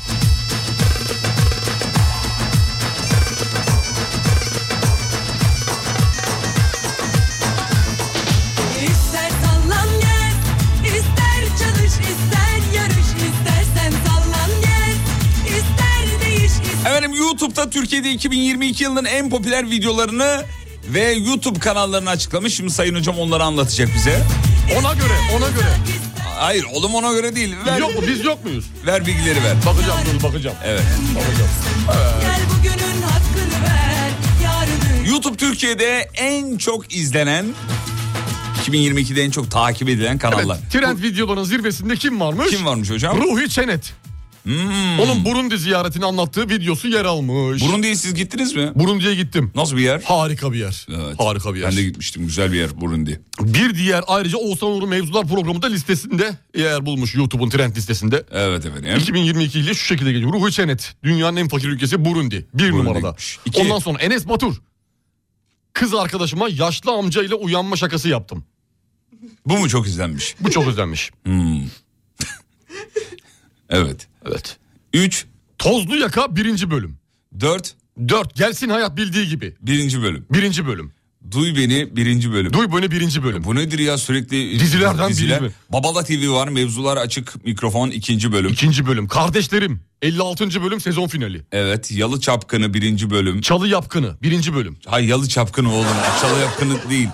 Speaker 4: İster sallan gel, ister çalış, ister yarış, istersen sallan gel, ister değiş, ister...
Speaker 2: Efendim YouTube'da Türkiye'de 2022 yılının en popüler videolarını ve YouTube kanallarını açıklamış. Şimdi Sayın Hocam onları anlatacak bize.
Speaker 3: Ona göre.
Speaker 2: Hayır oğlum, ona göre değil. Ver,
Speaker 3: Yok mu? Biz yok muyuz?
Speaker 2: ver bilgileri ver.
Speaker 3: Bakacağım.
Speaker 2: Evet.
Speaker 4: Gel bugünün hakkını ver, yarını...
Speaker 2: YouTube Türkiye'de en çok izlenen, 2022'de en çok takip edilen kanallar.
Speaker 3: Evet, trend videoların zirvesinde kim varmış?
Speaker 2: Kim varmış hocam?
Speaker 3: Ruhi Çenet. Onun Burundi ziyaretini anlattığı videosu yer almış.
Speaker 2: Burundi'ye siz gittiniz mi?
Speaker 3: Burundi'ye gittim.
Speaker 2: Nasıl bir yer?
Speaker 3: Harika bir yer.
Speaker 2: Evet.
Speaker 3: Harika bir yer.
Speaker 2: Ben de gitmiştim, güzel bir yer Burundi.
Speaker 3: Bir diğer, ayrıca Oğuzhan Uğur'un Mevzular programında listesinde yer bulmuş, YouTube'un trend listesinde.
Speaker 2: Evet efendim.
Speaker 3: 2022 ile şu şekilde geliyor. Ruhi Çenet, dünyanın en fakir ülkesi Burundi. Bir numarada.
Speaker 2: İki.
Speaker 3: Ondan sonra Enes Batur. Kız arkadaşıma yaşlı amcayla uyanma şakası yaptım.
Speaker 2: Bu mu çok izlenmiş?
Speaker 3: Bu çok izlenmiş.
Speaker 2: Evet.
Speaker 3: Evet.
Speaker 2: 3,
Speaker 3: Tozlu Yaka 1. bölüm.
Speaker 2: 4,
Speaker 3: 4. Gelsin hayat bildiği gibi.
Speaker 2: 1. bölüm.
Speaker 3: 1. bölüm.
Speaker 2: Duy beni 1. bölüm.
Speaker 3: Duy beni 1. bölüm.
Speaker 2: Bu nedir ya, sürekli
Speaker 3: Dizilerden
Speaker 2: diziler.
Speaker 3: biri mi?
Speaker 2: Babala TV var, Mevzular Açık Mikrofon 2. bölüm.
Speaker 3: 2. bölüm. Kardeşlerim 56. bölüm sezon finali.
Speaker 2: Evet, Yalı Çapkını 1. bölüm.
Speaker 3: Çalı Yapkını 1. bölüm.
Speaker 2: Hayır, Yalı Çapkını oğlum, Çalı Yapkını değil.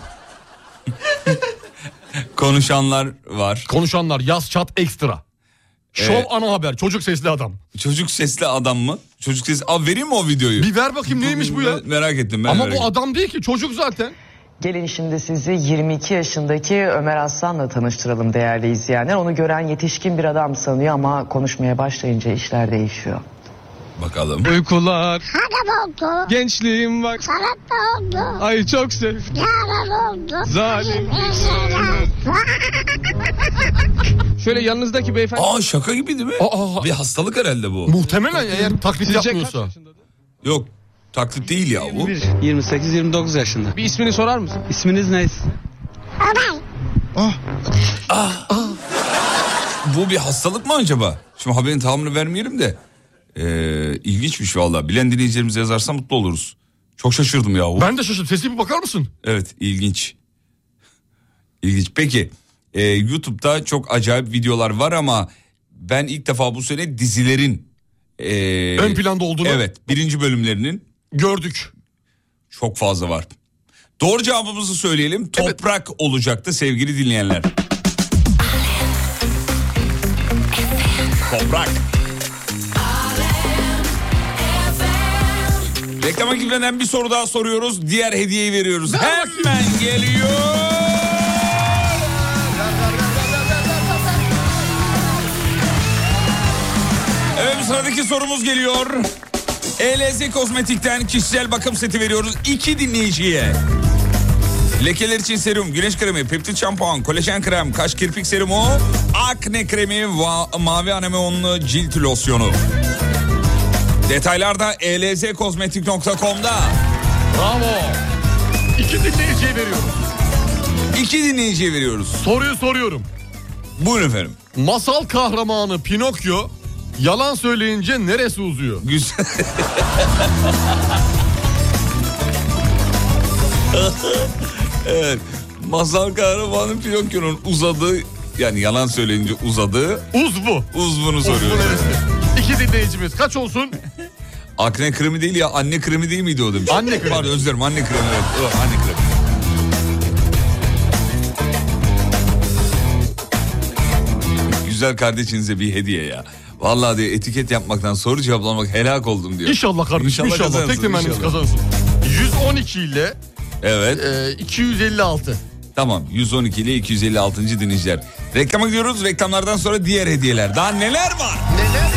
Speaker 2: Konuşanlar var.
Speaker 3: Konuşanlar Yaz Çat Ekstra. Şov ana haber, çocuk sesli adam.
Speaker 2: Çocuk sesli adam mı? Çocuk sesli. Abi vereyim mi o videoyu?
Speaker 3: Bir ver bakayım, neymiş bu ya?
Speaker 2: Merak ettim ben.
Speaker 3: Ama bu adam değil ki, çocuk zaten.
Speaker 5: Gelin şimdi sizi 22 yaşındaki Ömer Aslan'la tanıştıralım değerli izleyenler. Onu gören yetişkin bir adam sanıyor ama konuşmaya başlayınca işler değişiyor.
Speaker 2: Bakalım.
Speaker 6: Uykular.
Speaker 7: Hanım oldu.
Speaker 6: Gençliğim bak.
Speaker 7: Sanat da oldu.
Speaker 6: Ay çok sev.
Speaker 7: Yalan oldu.
Speaker 6: Zalim. Şöyle yanınızdaki beyefendi.
Speaker 2: Aa, şaka gibi değil mi?
Speaker 3: Aa.
Speaker 2: Bir hastalık herhalde bu.
Speaker 3: Muhtemelen eğer taklit
Speaker 6: Sizce kaç
Speaker 3: yapmıyorsa.
Speaker 6: yaşında?
Speaker 2: Yok, taklit değil ya bu.
Speaker 8: 28-29 yaşında.
Speaker 6: Bir ismini sorar mısın?
Speaker 8: İsminiz ne?
Speaker 7: Ömer.
Speaker 2: Bu bir hastalık mı acaba? Şimdi haberin tamamını vermeyelim de. İlginçmiş valla. Bilen dinleyicilerimize yazarsa mutlu oluruz. Çok şaşırdım ya.
Speaker 3: Ben de şaşırdım. Sesli bir bakar mısın?
Speaker 2: Evet, ilginç. İlginç. Peki YouTube'da çok acayip videolar var ama ben ilk defa bu sene dizilerin
Speaker 3: Ön planda olduğunu
Speaker 2: evet, birinci bölümlerinin
Speaker 3: gördük.
Speaker 2: çok fazla var. Doğru cevabımızı söyleyelim. Toprak olacaktı sevgili dinleyenler. Toprak. Reklama girmeden bir soru daha soruyoruz. Diğer hediyeyi veriyoruz. Hemen geliyor. Evet, sıradaki sorumuz geliyor. ELZ Kozmetik'ten kişisel bakım seti veriyoruz 2 dinleyiciye. Lekeler için serum, güneş kremi, peptit şampuan, kolajen krem, kaş kirpik serumu, akne kremi, mavi anemonlu cilt losyonu. Detaylar da elzkozmetik.com'da.
Speaker 3: Bravo. 2 dinleyiciye veriyoruz.
Speaker 2: 2 dinleyiciye veriyoruz.
Speaker 3: Soruyu soruyorum.
Speaker 2: Buyurun efendim.
Speaker 3: Masal kahramanı Pinokyo yalan söyleyince neresi uzuyor?
Speaker 2: Güzel. Evet. Masal kahramanı Pinokyo'nun uzadığı, yani yalan söyleyince uzadığı
Speaker 3: Uzvu.
Speaker 2: uzvunu soruyoruz.
Speaker 3: 2 dinleyicimiz kaç olsun?
Speaker 2: Akne kremi değil ya, anne kremi değil miydi o demiş.
Speaker 3: Anne kremi.
Speaker 2: Pardon, özür dilerim, anne kremi, evet. O, anne kremi. Güzel kardeşinize bir hediye ya. Vallahi diye etiket yapmaktan, soru cevaplamak helak oldum diyor.
Speaker 3: İnşallah kardeşim, inşallah.
Speaker 2: kazansın,
Speaker 3: Tek temennimiz
Speaker 2: inşallah.
Speaker 3: kazansın. 112 ile
Speaker 2: Evet.
Speaker 3: 256.
Speaker 2: Tamam, 112 ile 256. dinleyiciler. Reklama gidiyoruz. Reklamlardan sonra diğer hediyeler. Daha neler var?
Speaker 3: Neler.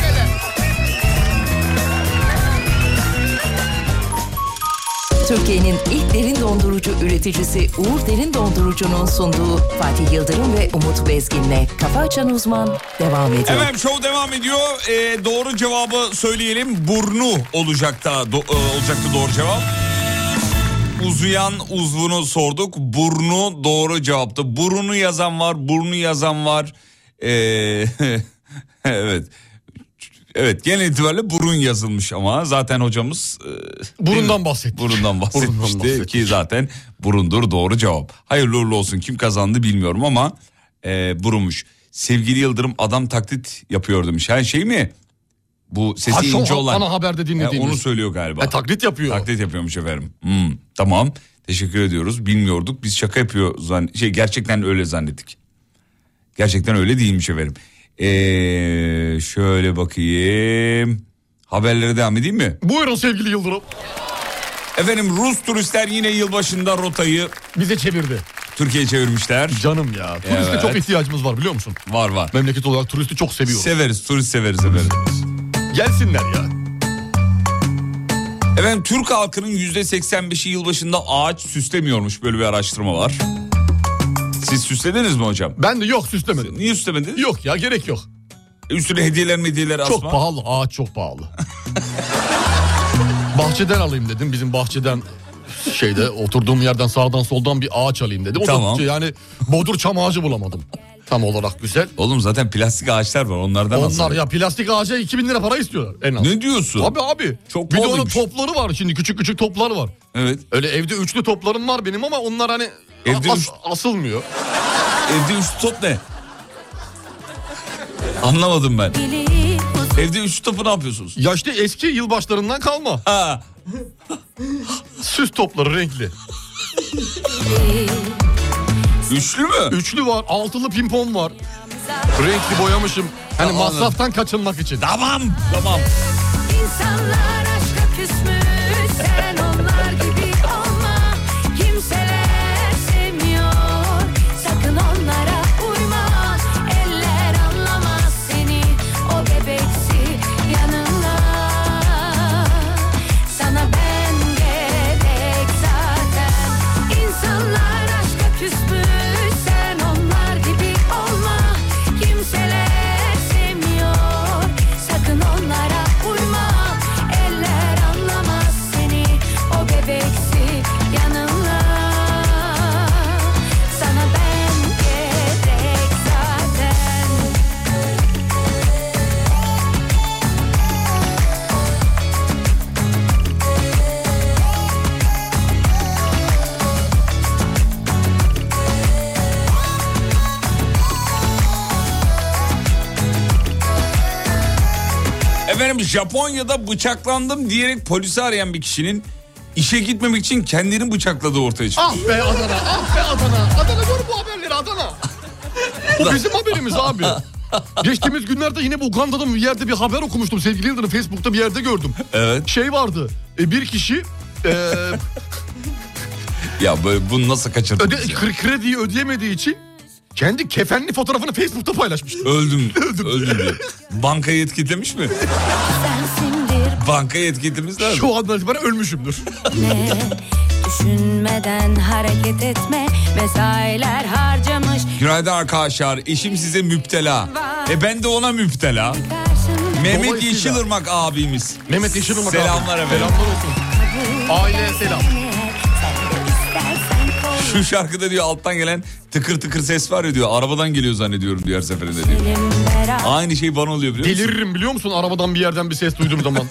Speaker 1: Türkiye'nin ilk derin dondurucu üreticisi Uğur Derin Dondurucu'nun sunduğu Fatih Yıldırım ve Umut Bezgin'le Kafa Açan Uzman devam ediyor.
Speaker 2: Evet, show devam ediyor. Doğru cevabı söyleyelim. Burnu olacaktı doğru cevap. Uzayan uzvunu sorduk. Burnu doğru cevaptı. Burunu yazan var, burnu yazan var. Evet. Evet, genel itibariyle burun yazılmış ama zaten hocamız
Speaker 3: Burundan bahsettik.
Speaker 2: Burundan bahsetmişti ki zaten burundur doğru cevap. Hayırlı uğurlu olsun, kim kazandı bilmiyorum ama burunmuş. Sevgili Yıldırım adam taklit yapıyor demiş. Her şey mi? Bu sesi ince olan.
Speaker 3: Ana haberde dinlediğimiz.
Speaker 2: Onu söylüyor galiba.
Speaker 3: Taklit yapıyor.
Speaker 2: Taklit yapıyormuş efendim. Tamam, teşekkür ediyoruz. Bilmiyorduk, biz şaka yapıyor gerçekten öyle zannettik. Gerçekten öyle değilmiş efendim. Şöyle bakayım. Haberlere devam edeyim mi?
Speaker 3: Buyurun sevgili Yıldırım.
Speaker 2: Efendim, Rus turistler yine yılbaşında rotayı
Speaker 3: bize çevirdi.
Speaker 2: Türkiye'ye çevirmişler.
Speaker 3: Canım ya. Turiste
Speaker 2: Evet.
Speaker 3: çok ihtiyacımız var biliyor musun?
Speaker 2: Var.
Speaker 3: Memleket olarak turisti çok seviyoruz.
Speaker 2: Severiz, turist severiz efendim.
Speaker 3: Gelsinler ya.
Speaker 2: Efendim, Türk halkının %85'i yılbaşında ağaç süslemiyormuş, böyle bir araştırma var. Siz süslediniz mi hocam?
Speaker 3: Ben de yok, süslemedim.
Speaker 2: Niye süslemediniz?
Speaker 3: Yok ya, gerek yok.
Speaker 2: Üstüne hediyeler asma.
Speaker 3: Çok pahalı, ağaç çok pahalı. Bahçeden alayım dedim, bizim bahçeden oturduğum yerden sağdan soldan bir ağaç alayım dedim. O
Speaker 2: tamam.
Speaker 3: da yani bodur çam ağacı bulamadım. Tam olarak güzel.
Speaker 2: Oğlum zaten plastik ağaçlar var, onlardan
Speaker 3: Onlar
Speaker 2: nasıl?
Speaker 3: ya plastik ağaca 2000 lira para istiyorlar en az.
Speaker 2: Ne diyorsun?
Speaker 3: Tabii abi.
Speaker 2: Çok
Speaker 3: bir de onun
Speaker 2: pahalıymış.
Speaker 3: topları var şimdi, küçük toplar var.
Speaker 2: Evet.
Speaker 3: Öyle evde üçlü toplarım var benim ama onlar hani
Speaker 2: Evde
Speaker 3: asılmıyor.
Speaker 2: Evde üçlü top ne? Anlamadım ben. Evde üçlü topu ne yapıyorsunuz?
Speaker 3: Ya işte eski yılbaşlarından kalma.
Speaker 2: Ha.
Speaker 3: Süs topları renkli.
Speaker 2: Üçlü mü?
Speaker 3: Üçlü var, altılı pimpon var. Renkli boyamışım. Hani
Speaker 2: Tamam,
Speaker 3: masraftan kaçınmak için.
Speaker 2: Tamam.
Speaker 4: İnsanlar aşka küsmüş, sen onlar gibi olma. Kimseler sevmiyor, sakın onlara uyma. Eller anlamaz seni, o bebeksi yanında.
Speaker 2: Efendim Japonya'da bıçaklandım diyerek polisi arayan bir kişinin işe gitmemek için kendini bıçakladığı ortaya çıktı.
Speaker 3: Ah be Adana, ah be Adana. Adana gör bu haberleri Adana. Bu bizim haberimiz abi. Geçtiğimiz günlerde yine bu Uganda'da bir yerde bir haber okumuştum sevgili Yıldırım. Facebook'ta bir yerde gördüm.
Speaker 2: Evet.
Speaker 3: Şey vardı, bir kişi...
Speaker 2: Ya böyle bunu nasıl kaçırdınız ya?
Speaker 3: Krediyi ödeyemediği için kendi kefenli fotoğrafını Facebook'ta paylaşmış.
Speaker 2: Öldüm diye. Bankayı etiketlemiş mi? Bankayı etiketlemiş lazım.
Speaker 3: Şu andan itibaren ölmüşümdür.
Speaker 4: Düşünmeden hareket etme, mesailer harcamış.
Speaker 2: Günaydın arkadaşlar. Eşim size müptela. Ben de ona müptela. Mehmet Yeşilırmak abimiz.
Speaker 3: Mehmet Yeşilırmak
Speaker 2: Selamlar
Speaker 3: abi.
Speaker 2: efendim.
Speaker 3: Selamlar olsun. Aileye selam.
Speaker 2: Şu şarkıda diyor alttan gelen tıkır tıkır ses var ya diyor. Arabadan geliyor zannediyorum diyor her seferinde diyor. Aynı şey bana oluyor biliyor musun?
Speaker 3: Deliririm biliyor musun arabadan bir yerden bir ses duyduğum zaman.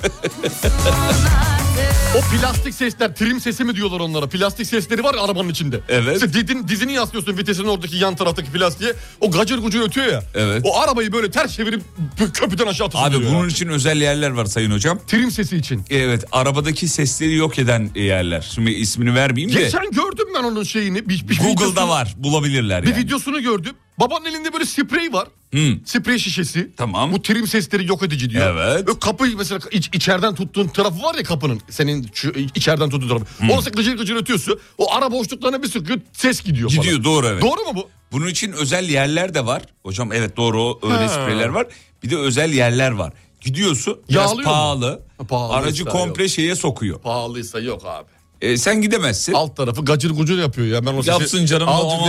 Speaker 3: O plastik sesler, trim sesi mi diyorlar onlara? Plastik sesleri var ya arabanın içinde.
Speaker 2: Evet.
Speaker 3: İşte dizini yaslıyorsun vitesin oradaki yan taraftaki plastiğe. O gacır gucur ötüyor ya.
Speaker 2: Evet.
Speaker 3: O arabayı böyle ters çevirip köprüden aşağı atıyorsun.
Speaker 2: Abi bunun için özel yerler var sayın hocam.
Speaker 3: Trim sesi için.
Speaker 2: Evet, arabadaki sesleri yok eden yerler. Şimdi ismini vermeyeyim de.
Speaker 3: Geçen gördüm ben onun şeyini.
Speaker 2: Google'da var, bulabilirler yani.
Speaker 3: Bir videosunu gördüm. Babanın elinde böyle sprey var. Sprey şişesi.
Speaker 2: Tamam.
Speaker 3: Bu trim sesleri yok edici diyor.
Speaker 2: Evet.
Speaker 3: Böyle kapıyı mesela içeriden tuttuğun tarafı var ya kapının. Senin şu içeriden tuttuğun tarafı. Onu gıcır gıcır ötüyorsun. O ara boşluklarına bir sıkıyor ses gidiyor falan.
Speaker 2: Gidiyor doğru evet.
Speaker 3: Doğru mu bu?
Speaker 2: Bunun için özel yerler de var. Hocam evet doğru öyle spreyler var. Bir de özel yerler var. Gidiyorsun biraz
Speaker 3: Yağlıyor
Speaker 2: pahalı.
Speaker 3: Pahalıysa
Speaker 2: aracı komple
Speaker 3: yok.
Speaker 2: Şeye sokuyor.
Speaker 3: Pahalıysa yok abi.
Speaker 2: Sen gidemezsin.
Speaker 3: Alt tarafı gacır gucur yapıyor ya. Ben o
Speaker 2: Yapsın canım.
Speaker 3: ama...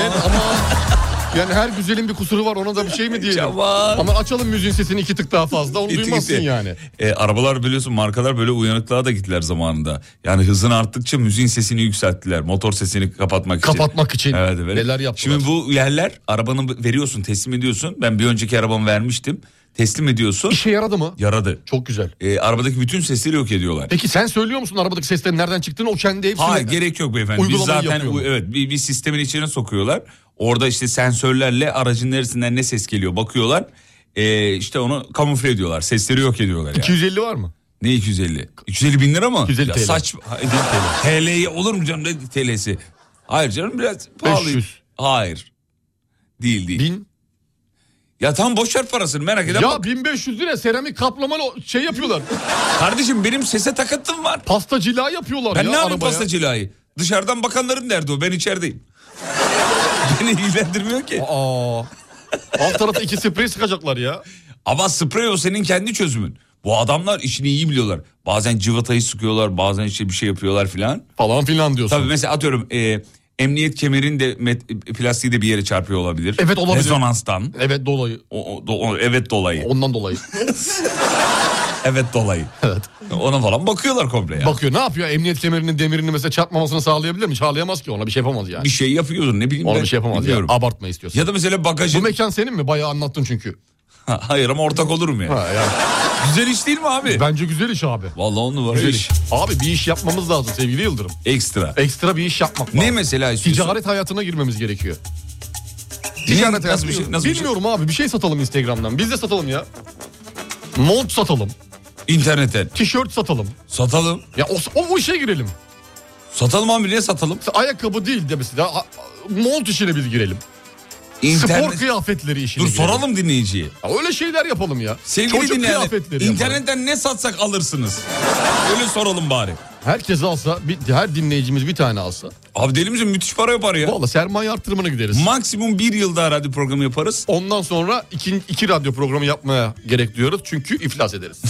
Speaker 3: Yani her güzelin bir kusuru var, ona da bir şey mi diyelim?
Speaker 2: Çaban.
Speaker 3: Ama açalım müziğin sesini 2 tık daha fazla, onu duymazsın yani.
Speaker 2: Arabalar biliyorsun markalar böyle uyanıklığa da gittiler zamanında. Yani hızın arttıkça müziğin sesini yükselttiler. Motor sesini kapatmak için. Evet.
Speaker 3: Neler yaptılar.
Speaker 2: Şimdi bu yerler arabanı veriyorsun, teslim ediyorsun. Ben bir önceki arabamı vermiştim. Teslim ediyorsun.
Speaker 3: İşe yaradı mı?
Speaker 2: Yaradı.
Speaker 3: Çok güzel.
Speaker 2: Arabadaki bütün sesleri yok ediyorlar.
Speaker 3: Peki sen söylüyor musun arabadaki seslerin nereden çıktığını? O kendi hepsini...
Speaker 2: Hayır gerek yok beyefendi. Biz zaten bir sistemin içine sokuyorlar. Orada işte sensörlerle aracın neresinden ne ses geliyor bakıyorlar. İşte onu kamufle ediyorlar. Sesleri yok ediyorlar yani.
Speaker 3: 250 var mı?
Speaker 2: Ne 250? 250 bin lira mı?
Speaker 3: 250 TL.
Speaker 2: Saçma. TL'ye olur mu canım ne TL'si? Hayır canım biraz pahalı. 500. Hayır. Değil.
Speaker 3: 1000.
Speaker 2: Ya tam boş ver parasını merak eden
Speaker 3: ya
Speaker 2: bak.
Speaker 3: 1500 lira seramik kaplamalı şey yapıyorlar.
Speaker 2: Kardeşim benim sese takıntım var.
Speaker 3: Pasta cila yapıyorlar
Speaker 2: ben
Speaker 3: ya.
Speaker 2: Ben ne yapayım pasta cilayı? Dışarıdan bakanların derdi o, ben içerideyim. Beni ilgilendirmiyor ki.
Speaker 3: Alt tarafta 2 sprey sıkacaklar ya.
Speaker 2: Ama sprey o senin kendi çözümün. Bu adamlar işini iyi biliyorlar. Bazen cıvatayı sıkıyorlar, bazen işte bir şey yapıyorlar filan.
Speaker 3: Falan filan diyorsun.
Speaker 2: Tabii mesela atıyorum emniyet kemerin de plastiği de bir yere çarpıyor olabilir.
Speaker 3: Evet olabilir.
Speaker 2: Rezonanstan.
Speaker 3: Evet dolayı.
Speaker 2: Evet dolayı.
Speaker 3: Ondan dolayı.
Speaker 2: Evet dolayı.
Speaker 3: Evet.
Speaker 2: Ona falan bakıyorlar komple ya.
Speaker 3: Bakıyor ne yapıyor? Emniyet kemerinin demirini mesela çarpmamasını sağlayabilir mi? Sağlayamaz ki, ona bir şey yapamaz yani.
Speaker 2: Bir şey yapıyordur ne bileyim
Speaker 3: ona
Speaker 2: ben.
Speaker 3: Bir şey yapamaz ya. Abartma istiyorsan.
Speaker 2: Ya da mesela bagajın.
Speaker 3: Bu mekan senin mi? Bayağı anlattın çünkü.
Speaker 2: Hayır ama ortak olurum ya.
Speaker 3: Yani.
Speaker 2: Güzel iş değil mi abi?
Speaker 3: Bence güzel iş abi.
Speaker 2: Vallahi on numara
Speaker 3: güzel
Speaker 2: iş.
Speaker 3: Abi bir iş yapmamız lazım sevgili Yıldırım.
Speaker 2: Ekstra.
Speaker 3: Ekstra bir iş yapmak lazım.
Speaker 2: Ne mesela istiyorsun?
Speaker 3: Ticaret hayatına girmemiz gerekiyor.
Speaker 2: Ticaret nasıl bir şey?
Speaker 3: Bilmiyorum abi, bir şey satalım Instagram'dan. Biz de satalım ya. Mont satalım.
Speaker 2: İnternetten.
Speaker 3: Tişört satalım.
Speaker 2: Satalım.
Speaker 3: Ya o işe girelim.
Speaker 2: Satalım abi, ne satalım?
Speaker 3: Ayakkabı değil de mesela mont işine biz girelim. Spor kıyafetleri işine girelim.
Speaker 2: Soralım dinleyiciye.
Speaker 3: Ya öyle şeyler yapalım ya.
Speaker 2: Sevgili
Speaker 3: çocuk
Speaker 2: kıyafetleri İnternetten yapalım. Ne satsak alırsınız. Öyle soralım bari.
Speaker 3: Herkes alsa, her dinleyicimiz bir tane alsa.
Speaker 2: Abi deli misin, müthiş para yapar ya.
Speaker 3: Valla sermaye artırımına gideriz.
Speaker 2: Maksimum 1 yıl daha radyo programı yaparız.
Speaker 3: Ondan sonra iki radyo programı yapmaya gerek duyuyoruz. Çünkü iflas ederiz.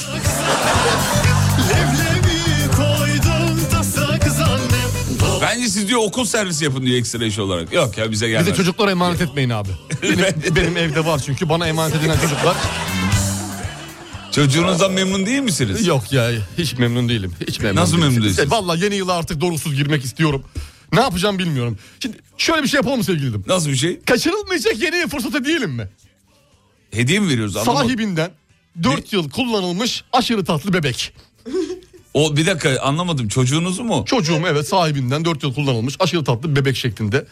Speaker 2: Bence siz diyor okul servisi yapın diyor ekstra iş olarak. Yok ya bize gelmez.
Speaker 3: Bize çocuklara emanet etmeyin abi. Benim evde var çünkü bana emanet edilen çocuklar.
Speaker 2: Çocuğunuzdan memnun değil misiniz?
Speaker 3: Yok ya, hiç memnun değilim. Hiç memnun
Speaker 2: Nasıl
Speaker 3: değilim.
Speaker 2: memnun değilsiniz?
Speaker 3: Vallahi yeni yıla artık doğrusuz girmek istiyorum. Ne yapacağım bilmiyorum. Şimdi şöyle bir şey yapalım mı sevgilim?
Speaker 2: Nasıl bir şey?
Speaker 3: Kaçırılmayacak yeni fırsatı diyelim mi?
Speaker 2: Hediye mi veriyoruz? Anlamadım.
Speaker 3: Sahibinden 4 yıl kullanılmış aşırı tatlı bebek.
Speaker 2: O bir dakika anlamadım, çocuğunuzu mu?
Speaker 3: Çocuğum evet, sahibinden 4 yıl kullanılmış aşırı tatlı bebek şeklinde.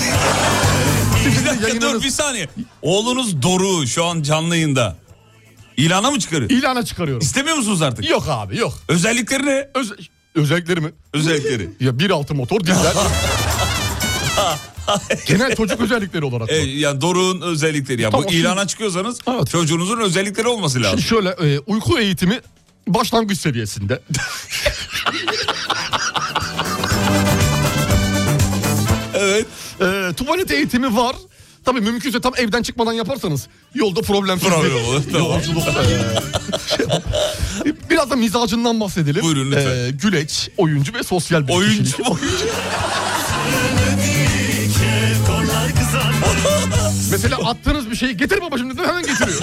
Speaker 2: Bir dakika dur bir saniye. Oğlunuz Doruk şu an canlı yayında. İlana mı çıkarıyor?
Speaker 3: İlana çıkarıyorum.
Speaker 2: İstemiyor musunuz artık?
Speaker 3: Yok abi yok.
Speaker 2: Özellikleri ne?
Speaker 3: Özellikleri mi?
Speaker 2: Özellikleri.
Speaker 3: Ya 1.6 motor dizel. Genel çocuk özellikleri olarak.
Speaker 2: Yani Doruk'un özellikleri. Ya
Speaker 3: Tamam,
Speaker 2: bu ilana çıkıyorsanız
Speaker 3: evet,
Speaker 2: çocuğunuzun özellikleri olması lazım.
Speaker 3: Şöyle uyku eğitimi başlangıç seviyesinde.
Speaker 2: Evet.
Speaker 3: Tuvalet eğitimi var. Tabii mümkünse tam evden çıkmadan yaparsanız yolda problemsiz bir yolculuk. Biraz da mizacından bahsedelim.
Speaker 2: Buyurun lütfen.
Speaker 3: Güleç, oyuncu ve sosyal bir
Speaker 2: oyuncu.
Speaker 3: kişilik. Mesela attığınız bir şeyi getir babacığım dedi, hemen getiriyor.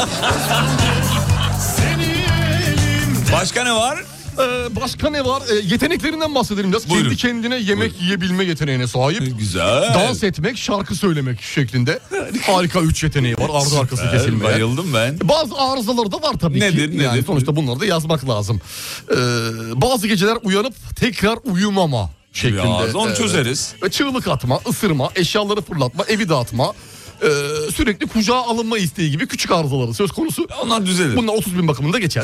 Speaker 2: Başka ne var?
Speaker 3: Başka ne var? Yeteneklerinden bahsedelim biraz.
Speaker 2: Buyurun.
Speaker 3: Kendi kendine yemek yiyebilme yeteneğine sahip.
Speaker 2: Güzel.
Speaker 3: Dans etmek, şarkı söylemek şeklinde. Harika 3 yeteneği var. Ardı arkası kesilmeyen.
Speaker 2: Bayıldım ben.
Speaker 3: Bazı arızaları da var tabii
Speaker 2: nedir,
Speaker 3: ki.
Speaker 2: Nedir?
Speaker 3: Yani sonuçta bunları da yazmak lazım. Bazı geceler uyanıp tekrar uyumama şeklinde.
Speaker 2: Ya, onu çözeriz.
Speaker 3: Ve çığlık atma, ısırma, eşyaları fırlatma, evi dağıtma. Sürekli kucağa alınma isteği gibi küçük arızaları söz konusu.
Speaker 2: Onlar düzelir.
Speaker 3: Bunlar 30.000 bakımında geçer.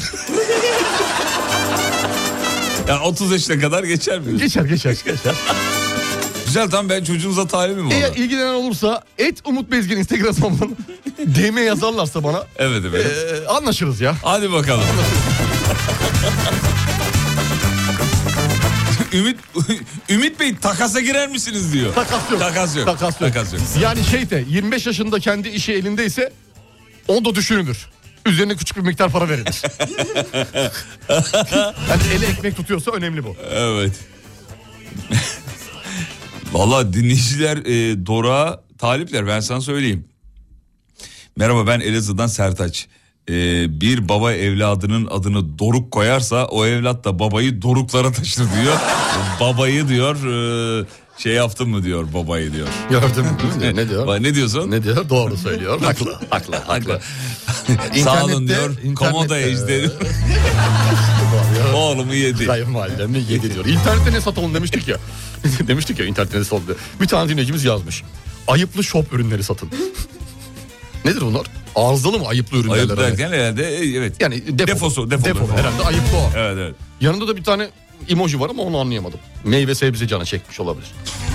Speaker 2: Yani 30 yaşına kadar geçer mi?
Speaker 3: Geçer.
Speaker 2: Güzel, tamam, ben çocuğunuza talibim
Speaker 3: Eğer
Speaker 2: ona.
Speaker 3: ilgilenen olursa Umut Bezgin Instagram hesabından DM yazarlarsa bana.
Speaker 2: Evet.
Speaker 3: Anlaşırız ya.
Speaker 2: Hadi bakalım. Ümit Bey takasa girer misiniz diyor.
Speaker 3: Takas yok.
Speaker 2: Takas yok.
Speaker 3: Yani 25 yaşında kendi işi elindeyse onu da düşünülür. Üzerine küçük bir miktar para verilir. Yani eli ekmek tutuyorsa önemli bu.
Speaker 2: Evet. Vallahi dinleyiciler Doruk'a talipler, ben sana söyleyeyim. Merhaba, ben Elazığ'dan Sertaç. Bir baba evladının adını Doruk koyarsa o evlat da babayı doruklara taşır diyor. Babayı diyor yaptın mı diyor, babayı diyor.
Speaker 3: Gördüm. Ne diyor?
Speaker 2: Ne diyorsun?
Speaker 3: Ne diyor? Doğru söylüyor. Haklı.
Speaker 2: Sağ olun diyor. Komodo ejderi. Oğlumu yedi.
Speaker 3: Kayınvalidemi yedi diyor. İnternette ne satalım demiştik ya. Demiştik ya internette ne satalım. Bir tane dinleyicimiz yazmış. Ayıplı shop ürünleri satın. Nedir bunlar? Arızalı mı ayıplı ürünler?
Speaker 2: Ayıp derken herhalde evet.
Speaker 3: Yani
Speaker 2: defosu.
Speaker 3: Herhalde ayıplı o.
Speaker 2: Evet.
Speaker 3: Yanında da bir tane emoji var ama onu anlayamadım. Meyve sebze canı çekmiş olabilir.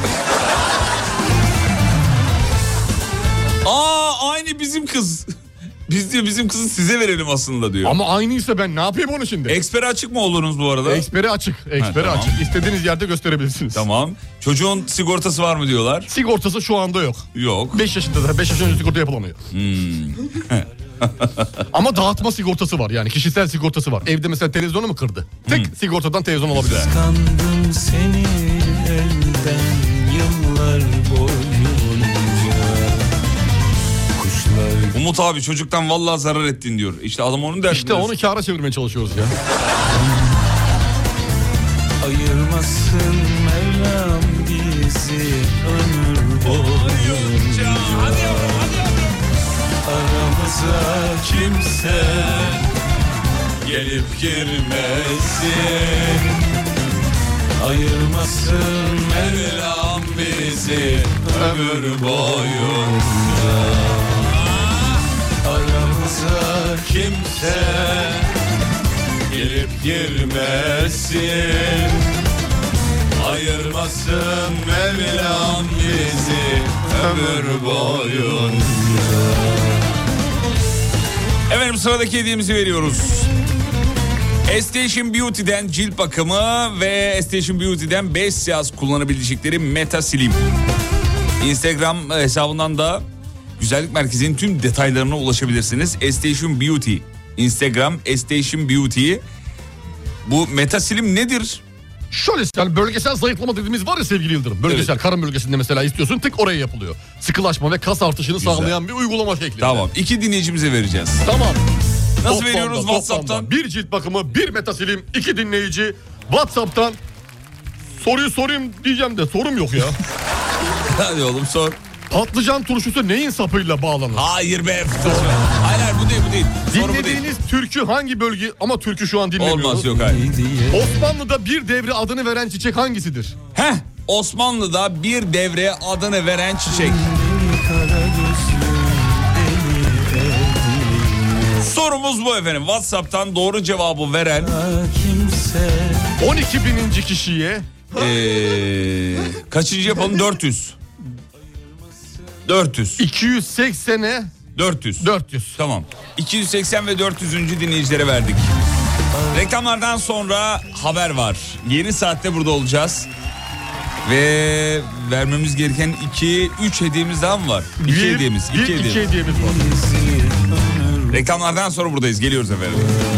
Speaker 2: Aynı bizim kız. Biz diyor bizim kızı size verelim aslında diyor.
Speaker 3: Ama aynıysa ben ne yapayım onu şimdi?
Speaker 2: Ekspere açık mı olursunuz bu arada?
Speaker 3: Ekspere açık.
Speaker 2: Tamam.
Speaker 3: İstediğiniz yerde gösterebilirsiniz.
Speaker 2: Tamam. Çocuğun sigortası var mı diyorlar?
Speaker 3: Sigortası şu anda yok.
Speaker 2: Yok.
Speaker 3: 5 yaşında da 5 yaş önce sigorta yapılamıyor. Ama dağıtma sigortası var, yani kişisel sigortası var. Evde mesela televizyonu mu kırdı? Tek sigortadan televizyon alabilir.
Speaker 9: Kıskandım seni elden yıllar boyunca.
Speaker 2: Umut abi çocuktan vallahi zarar ettin diyor. İşte adam onun derdi.
Speaker 3: İşte onu kâra çevirmeye çalışıyoruz ya.
Speaker 9: Ayırmasın Mevlam bizi ömür boyunca. Aramıza kimse gelip girmesin. Ayırmasın Mevlam bizi ömür boyunca. Aramıza kimse gelip girmesin. Ayırmasın Mevlam bizi ömür boyunca.
Speaker 2: Efendim sıradaki hediyemizi veriyoruz. Estation Beauty'den cilt bakımı ve Estation Beauty'den 5 seans kullanabilecekleri Meta Slim. Instagram hesabından da güzellik merkezinin tüm detaylarına ulaşabilirsiniz. Estation Beauty. Instagram Estation Beauty. Bu Meta Slim nedir?
Speaker 3: Şöyle yani bölgesel zayıflama dediğimiz var ya sevgili Yıldırım. Bölgesel karın bölgesinde mesela istiyorsun, tık oraya yapılıyor. Sıkılaşma ve kas artışını sağlayan bir uygulama şeklinde.
Speaker 2: Tamam, 2 dinleyicimize vereceğiz.
Speaker 3: Tamam.
Speaker 2: Nasıl veriyoruz WhatsApp'tan?
Speaker 3: Bir cilt bakımı, 1 Meta Slim, 2 dinleyici. WhatsApp'tan soruyu sorayım diyeceğim de sorum yok ya.
Speaker 2: Hadi oğlum sor.
Speaker 3: Patlıcan turşusu neyin sapıyla bağlanır?
Speaker 2: Hayır be. Hayır bu değil.
Speaker 3: Dinlediğiniz türkü hangi bölge, ama türkü şu an dinlemiyoruz.
Speaker 2: Olmaz, yok hayır.
Speaker 3: Osmanlı'da bir devre adını veren çiçek hangisidir?
Speaker 2: Osmanlı'da bir devre adını veren çiçek. Sorumuz bu efendim. WhatsApp'tan doğru cevabı veren
Speaker 3: 12.000. kişiye
Speaker 2: kaçıncı yapalım? 400.
Speaker 3: 280'e
Speaker 2: 400.
Speaker 3: 400.
Speaker 2: Tamam. 280 ve 400. dinleyicilere verdik. Reklamlardan sonra haber var. Yeni saatte burada olacağız. Ve vermemiz gereken 2-3 hediyemiz daha mı var? 2 hediyemiz. 2
Speaker 3: hediyemiz var.
Speaker 2: Reklamlardan sonra buradayız. Geliyoruz efendim.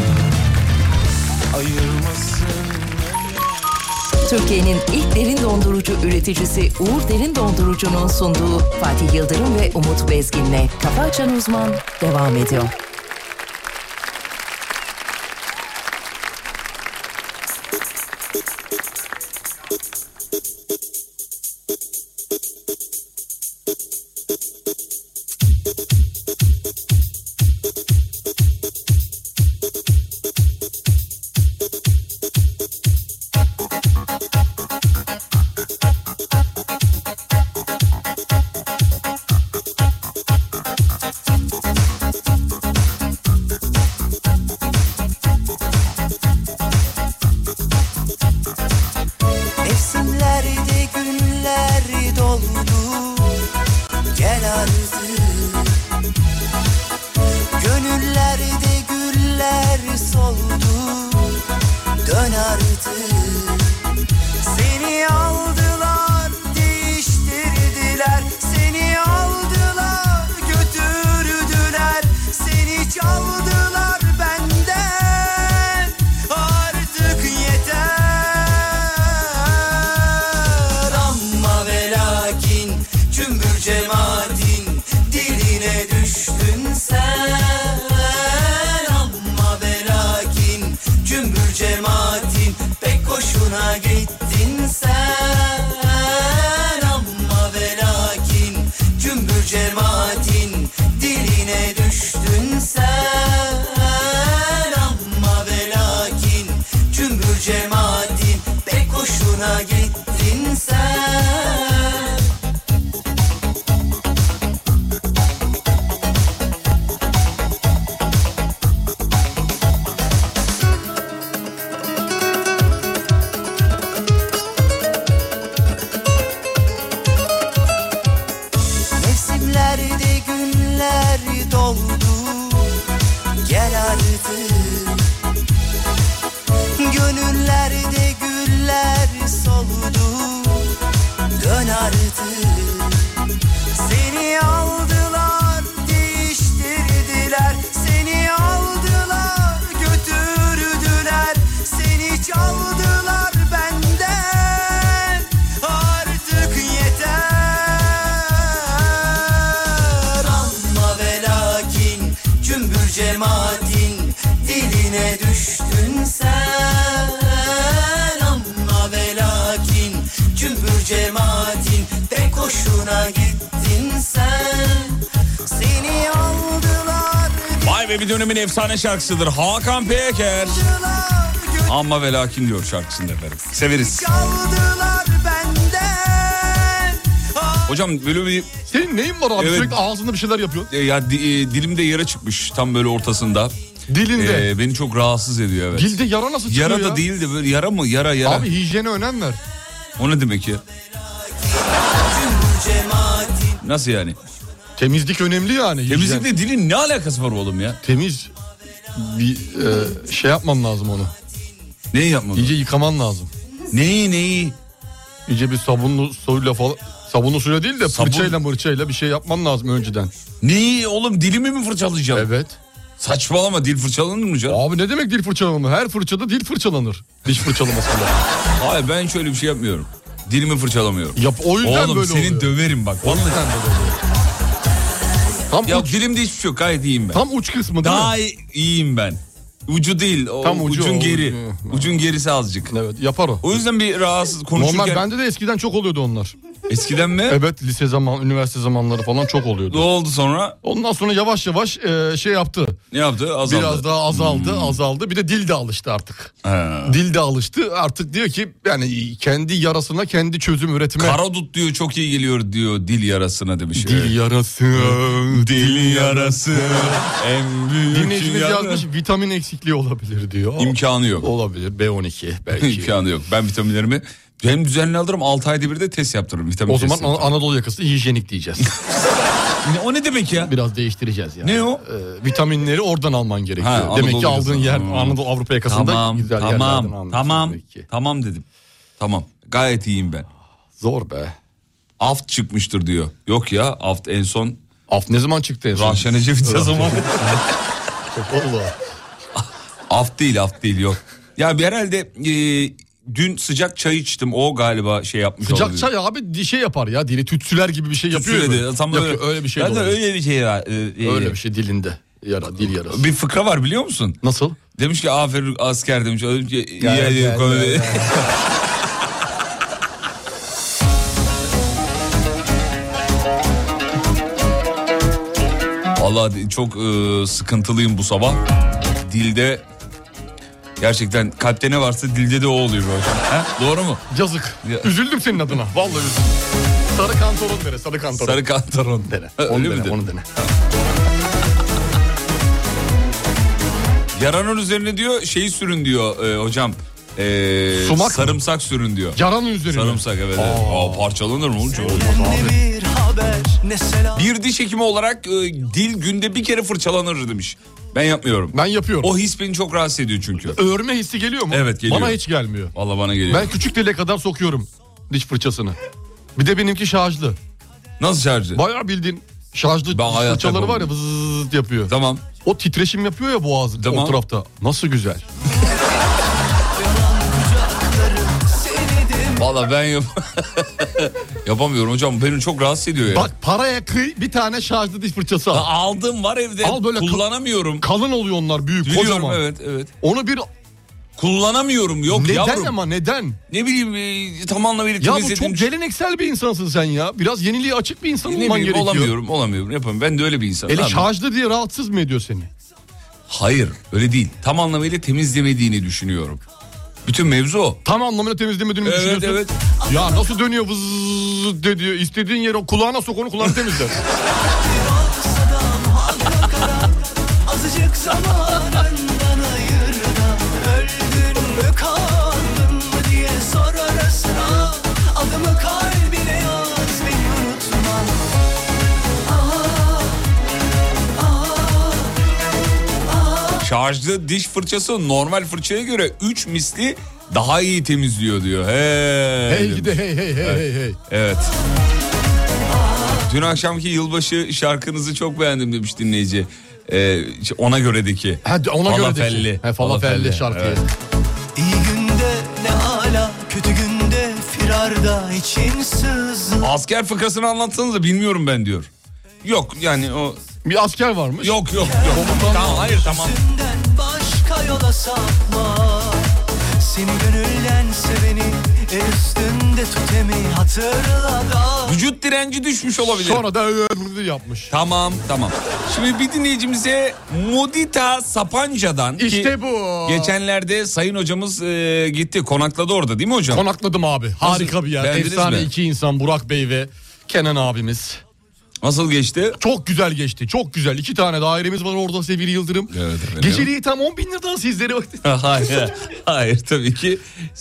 Speaker 1: Türkiye'nin ilk derin dondurucu üreticisi Uğur Derin Dondurucu'nun sunduğu Fatih Yıldırım ve Umut Bezgin'le Kafa Açan Uzman devam ediyor.
Speaker 10: Mevsimlerde günler doldu, gel artık. Gönüllerde güller soldu, dön artık. Seni aldılar, değiştirdiler. Seni aldılar, götürdüler. Seni çaldılar benden, artık yeter. Amma ve lakin cümbür cemaatin diline düştün sen. Amma ve lakin cümbür cemaatin pek hoşuna gittin sen. Amma ve lakin cümbür cemaatin diline düştün sen. Amma ve lakin cümbür cemaatin pek hoşuna gittin sen. Mevsimlerde günler doldu, gel artık. Gönüllerde güller soldu, dön artık. Seni aldılar, değiştirdiler. Seni aldılar, götürdüler. Seni çaldılar benden, artık yeter. Amma ve lakin cümbür cemaatin diline düştün sen. Amma ve lakin cümbür cemaatin pek hoşuna gittin sen. Seni aldılar,
Speaker 2: Vay be, bir dönemin efsane şarkısıdır. Hakan Peker. Amma ve lakin diyor şarkısında efendim. Severiz.
Speaker 10: çaldılar benden.
Speaker 2: Hocam böyle bir...
Speaker 3: Senin neyin var abi?
Speaker 2: Evet.
Speaker 3: Sürekli ağzında bir şeyler yapıyorsun.
Speaker 2: Dilimde yara çıkmış tam böyle ortasında.
Speaker 3: Dilinde.
Speaker 2: Beni çok rahatsız ediyor, evet.
Speaker 3: Dilde yara nasıl çıkıyor
Speaker 2: Yara
Speaker 3: ya?
Speaker 2: da değil de böyle yara mı? Yara.
Speaker 3: Abi hijyene önem ver.
Speaker 2: O ne demek ya? Nasıl yani?
Speaker 3: Temizlik önemli yani. hijyen.
Speaker 2: Temizlikle dilin ne alakası var oğlum ya?
Speaker 3: Temiz bir şey yapman lazım onu.
Speaker 2: Neyi yapmadın?
Speaker 3: İyice yıkaman lazım.
Speaker 2: Neyi?
Speaker 3: İyice bir sabunlu suyla falan. Sabunlu suyla değil de fırçayla bir şey yapman lazım önceden.
Speaker 2: Neyi oğlum, dilimi mi fırçalayacağım?
Speaker 3: Evet.
Speaker 2: Saçmalama, dil fırçalanır mı canım?
Speaker 3: Abi ne demek dil fırçalanır? Her fırçada dil fırçalanır. Diş fırçalamasında.
Speaker 2: Hayır, ben şöyle bir şey yapmıyorum. Dilimi fırçalamıyorum.
Speaker 3: O yüzden
Speaker 2: oğlum,
Speaker 3: böyle
Speaker 2: senin
Speaker 3: oluyor.
Speaker 2: döverim bak.
Speaker 3: O yüzden böyle oluyor. Tam
Speaker 2: Ya
Speaker 3: uç,
Speaker 2: dilimde hiçbir şey yok, gayet iyiyim ben.
Speaker 3: tam uç kısmı değil
Speaker 2: Daha
Speaker 3: mi?
Speaker 2: iyiyim ben. Ucu değil,
Speaker 3: Tam ucu,
Speaker 2: ucun
Speaker 3: o
Speaker 2: geri.
Speaker 3: ucu.
Speaker 2: Ucun gerisi azıcık.
Speaker 3: Evet, yapar o.
Speaker 2: O yüzden bir rahatsız konuşurken...
Speaker 3: Normal bende de eskiden çok oluyordu onlar.
Speaker 2: Eskiden mi?
Speaker 3: Evet, lise zaman, üniversite zamanları falan çok oluyordu.
Speaker 2: Ne oldu sonra?
Speaker 3: Ondan sonra yavaş yavaş şey yaptı.
Speaker 2: Ne yaptı? Azaldı.
Speaker 3: Biraz daha azaldı. Bir de dil de alıştı artık. Dil de alıştı. Artık diyor ki yani kendi yarasına kendi çözüm üretme.
Speaker 2: Karadut diyor, çok iyi geliyor diyor dil yarasına demiş.
Speaker 3: Dil yarası.
Speaker 2: Dil yarası. En büyük
Speaker 3: Dinleyicimiz yazmış, vitamin eksikliği olabilir diyor.
Speaker 2: İmkanı yok.
Speaker 3: Olabilir, B12 belki.
Speaker 2: İmkanı yok. Ben vitaminlerimi hem düzenli alırım, 6 ayda bir de test yaptırırım. Vitamin
Speaker 3: o zaman
Speaker 2: testi yaptırırım.
Speaker 3: Anadolu yakası hijyenik diyeceğiz.
Speaker 2: O ne demek ya?
Speaker 3: Biraz değiştireceğiz yani.
Speaker 2: Ne o?
Speaker 3: Vitaminleri oradan alman gerekiyor.
Speaker 2: Ha,
Speaker 3: demek ki
Speaker 2: Anadolu
Speaker 3: aldığın yer Anadolu Avrupa yakasında güzel yerlerden almışsın.
Speaker 2: Tamam dedim. Tamam, gayet iyiyim ben.
Speaker 3: Zor be.
Speaker 2: Aft çıkmıştır diyor. Yok ya, Aft en son.
Speaker 3: Aft ne zaman çıktı en son?
Speaker 2: Rahşan Ecevit zaman. Aft değil yok. Ya bir herhalde dün sıcak çay içtim, o galiba şey yapmış
Speaker 3: Sıcak
Speaker 2: olabilir.
Speaker 3: çay abi şey yapar ya, dili tütsüler gibi bir şey yapıyor. Öyle bir şey.
Speaker 2: Ben de öyle bir şey var.
Speaker 3: Öyle bir şey dilinde. Dil yarası.
Speaker 2: Bir fıkra var biliyor musun?
Speaker 3: Nasıl?
Speaker 2: Demiş ki aferin asker demiş. Demiş ki vallahi çok sıkıntılıyım bu sabah. Dilde gerçekten, kalpte ne varsa dilde de o oluyor böyle. Doğru mu?
Speaker 3: Yazık. Üzüldüm senin adına. Vallahi üzüldüm. Sarı kantaron dene.
Speaker 2: Sarı kantaron
Speaker 3: dene. Onu dene.
Speaker 2: Yaranın üzerine diyor şeyi sürün diyor hocam. Sarımsak sürün diyor.
Speaker 3: Yaranın üzerine.
Speaker 2: Sarımsak evet. Parçalanır mı? Bir diş hekimi olarak dil günde bir kere fırçalanır demiş. Ben yapmıyorum.
Speaker 3: Ben yapıyorum.
Speaker 2: O his beni çok rahatsız ediyor çünkü.
Speaker 3: Örme hissi geliyor mu?
Speaker 2: Evet, geliyor.
Speaker 3: Bana hiç gelmiyor.
Speaker 2: Vallahi bana geliyor.
Speaker 3: Ben küçük deliğe kadar sokuyorum diş fırçasını. Bir de benimki şarjlı.
Speaker 2: Nasıl şarjlı?
Speaker 3: Bayağı bildiğin şarjlı diş fırçaları var ya, vızızız yapıyor.
Speaker 2: Tamam.
Speaker 3: O titreşim yapıyor ya boğazın o tarafta. Nasıl güzel.
Speaker 2: Vallahi ben yapamıyorum hocam. Beni çok rahatsız ediyor ya.
Speaker 3: Bak paraya kıy, bir tane şarjlı diş fırçası al.
Speaker 2: Aldım var evde. Al böyle kullanamıyorum.
Speaker 3: Kalın oluyor onlar, büyük.
Speaker 2: Biliyorum,
Speaker 3: kocaman.
Speaker 2: evet.
Speaker 3: Onu bir
Speaker 2: kullanamıyorum, yok
Speaker 3: neden
Speaker 2: yavrum.
Speaker 3: Neden ama neden?
Speaker 2: Ne bileyim tam anlamıyla
Speaker 3: ya
Speaker 2: temizledim.
Speaker 3: Bu çok geleneksel bir insansın sen ya. Biraz yeniliğe açık bir insan olman gerekiyor.
Speaker 2: Olamıyorum yapamıyorum. Ben de öyle bir insanım.
Speaker 3: Eli şarjlı diye rahatsız mı ediyor seni?
Speaker 2: Hayır öyle değil. Tam anlamıyla temizlemediğini düşünüyorum. Bütün mevzu o.
Speaker 3: Tam anlamıyla temizlemediğini düşünüyorsun.
Speaker 2: Evet.
Speaker 3: Ya nasıl dönüyor vızz diyor. İstediğin yere kulağına sok, onu kulağını temizler.
Speaker 10: Azıcık zamanından ayır da öldün mü kaldın mı diye sor arasına. Adımı kalbine yaz, beni unutma.
Speaker 2: Şarjlı diş fırçası normal fırçaya göre 3 misli daha iyi temizliyor diyor. Hey
Speaker 3: gidi hey.
Speaker 2: Evet. Dün akşamki yılbaşı şarkınızı çok beğendim demiş dinleyici. Ona göredeki.
Speaker 3: Ona göredeki. Falafelli şarkı. Evet.
Speaker 10: İyi günde ne ala, kötü günde firarda için sızla.
Speaker 2: Asker fıkrasını anlatsanıza, bilmiyorum ben diyor. Yok yani o.
Speaker 3: Bir asker varmış.
Speaker 2: Yok. Tamam hayır tamam.
Speaker 10: Başka yola sapma. Seni gönülden seveni el üstünde tut emi hatırla da.
Speaker 2: Vücut direnci düşmüş olabilir.
Speaker 3: Sonra da yapmış.
Speaker 2: Tamam. Şimdi bir dinleyicimize Mudita Sapanca'dan.
Speaker 3: İşte bu.
Speaker 2: Geçenlerde sayın hocamız gitti, konakladı orada değil mi hocam?
Speaker 3: Konakladım abi. Harika bir yer.
Speaker 2: Beğendiniz
Speaker 3: Efsane
Speaker 2: mi?
Speaker 3: 2 insan, Burak Bey ve Kenan abimiz.
Speaker 2: Nasıl geçti?
Speaker 3: Çok güzel geçti. Çok güzel. 2 tane dairemiz var orada sevgili Yıldırım.
Speaker 2: Evet efendim.
Speaker 3: Geceliği tam 10 bin liradan sizlere baktık.
Speaker 2: Hayır tabii ki.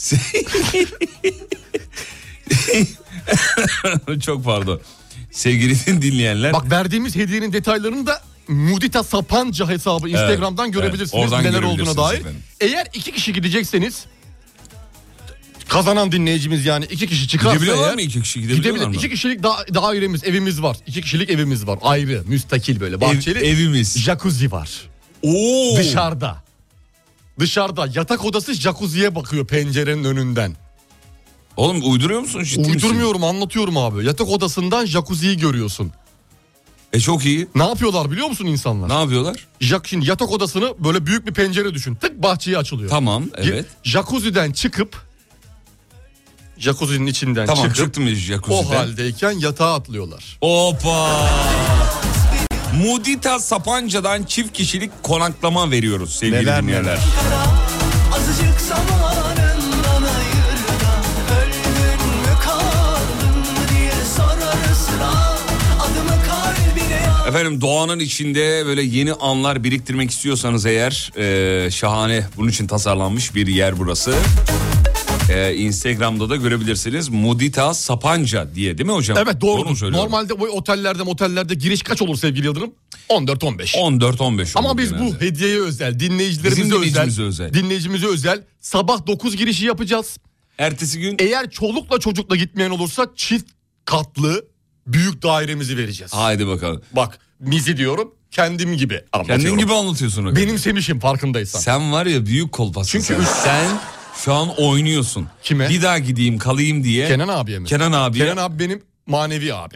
Speaker 2: Çok pardon. Sevgili dinleyenler.
Speaker 3: Bak verdiğimiz hediyenin detaylarını da Mudita Sapanca hesabı Instagram'dan görebilirsiniz. Neler olduğuna dair. Efendim. Eğer 2 kişi gidecekseniz, kazanan dinleyicimiz yani 2 kişi çıkarsa
Speaker 2: gidebiliyorlar mı? 2 kişi gidebiliyorlar mı?
Speaker 3: 2 kişilik dairemiz, evimiz var. 2 kişilik evimiz var. Ayrı, müstakil böyle bahçeli.
Speaker 2: Evimiz.
Speaker 3: Jacuzzi var.
Speaker 2: Oo.
Speaker 3: Dışarıda yatak odası jacuzziye bakıyor pencerenin önünden.
Speaker 2: Oğlum uyduruyor musun?
Speaker 3: Uydurmuyorum, anlatıyorum abi. Yatak odasından jacuzziyi görüyorsun.
Speaker 2: Çok iyi.
Speaker 3: Ne yapıyorlar biliyor musun insanlar?
Speaker 2: Ne yapıyorlar?
Speaker 3: Şimdi yatak odasını böyle büyük bir pencere düşün. Tık bahçeye açılıyor.
Speaker 2: Tamam evet.
Speaker 3: Jacuzzi'den çıkıp Jacuzzi'nin içinden
Speaker 2: Tamam,
Speaker 3: çıkıp
Speaker 2: çıktım jacuzzi'den.
Speaker 3: o haldeyken yatağa atlıyorlar.
Speaker 2: Hoppa. Mudita Sapanca'dan çift kişilik konaklama veriyoruz sevgili
Speaker 3: Neler
Speaker 2: dinleyenler.
Speaker 10: Azıcık zamanından ayır da öldün mü kaldın mı diye sorar sıra. Adımı kalbine yaz.
Speaker 2: Efendim doğanın içinde böyle yeni anlar biriktirmek istiyorsanız eğer şahane, bunun için tasarlanmış bir yer burası. Instagram'da da görebilirsiniz. Mudita Sapanca diye, değil mi hocam?
Speaker 3: Evet, doğru mu
Speaker 2: söylüyorum?
Speaker 3: Normalde bu otellerde giriş kaç olur sevgili Yıldırım? 14-15.
Speaker 2: 14-15
Speaker 3: Ama
Speaker 2: olur
Speaker 3: biz
Speaker 2: genelde.
Speaker 3: bu hediyeye özel, dinleyicimize özel sabah 9 girişi yapacağız.
Speaker 2: Ertesi gün
Speaker 3: Eğer çolukla çocukla gitmeyen olursa çift katlı büyük dairemizi vereceğiz.
Speaker 2: haydi bakalım.
Speaker 3: Bak, mizi diyorum, kendim gibi anlatıyorum.
Speaker 2: Kendin gibi anlatıyorsun. Hakikaten.
Speaker 3: Benimsemişim, farkındaysan.
Speaker 2: Sen var ya büyük kolpasın.
Speaker 3: Çünkü
Speaker 2: sen şu an oynuyorsun.
Speaker 3: Kime?
Speaker 2: Bir daha gideyim kalayım diye.
Speaker 3: Kenan abiye mi?
Speaker 2: Kenan abiye.
Speaker 3: Kenan abi benim manevi abim.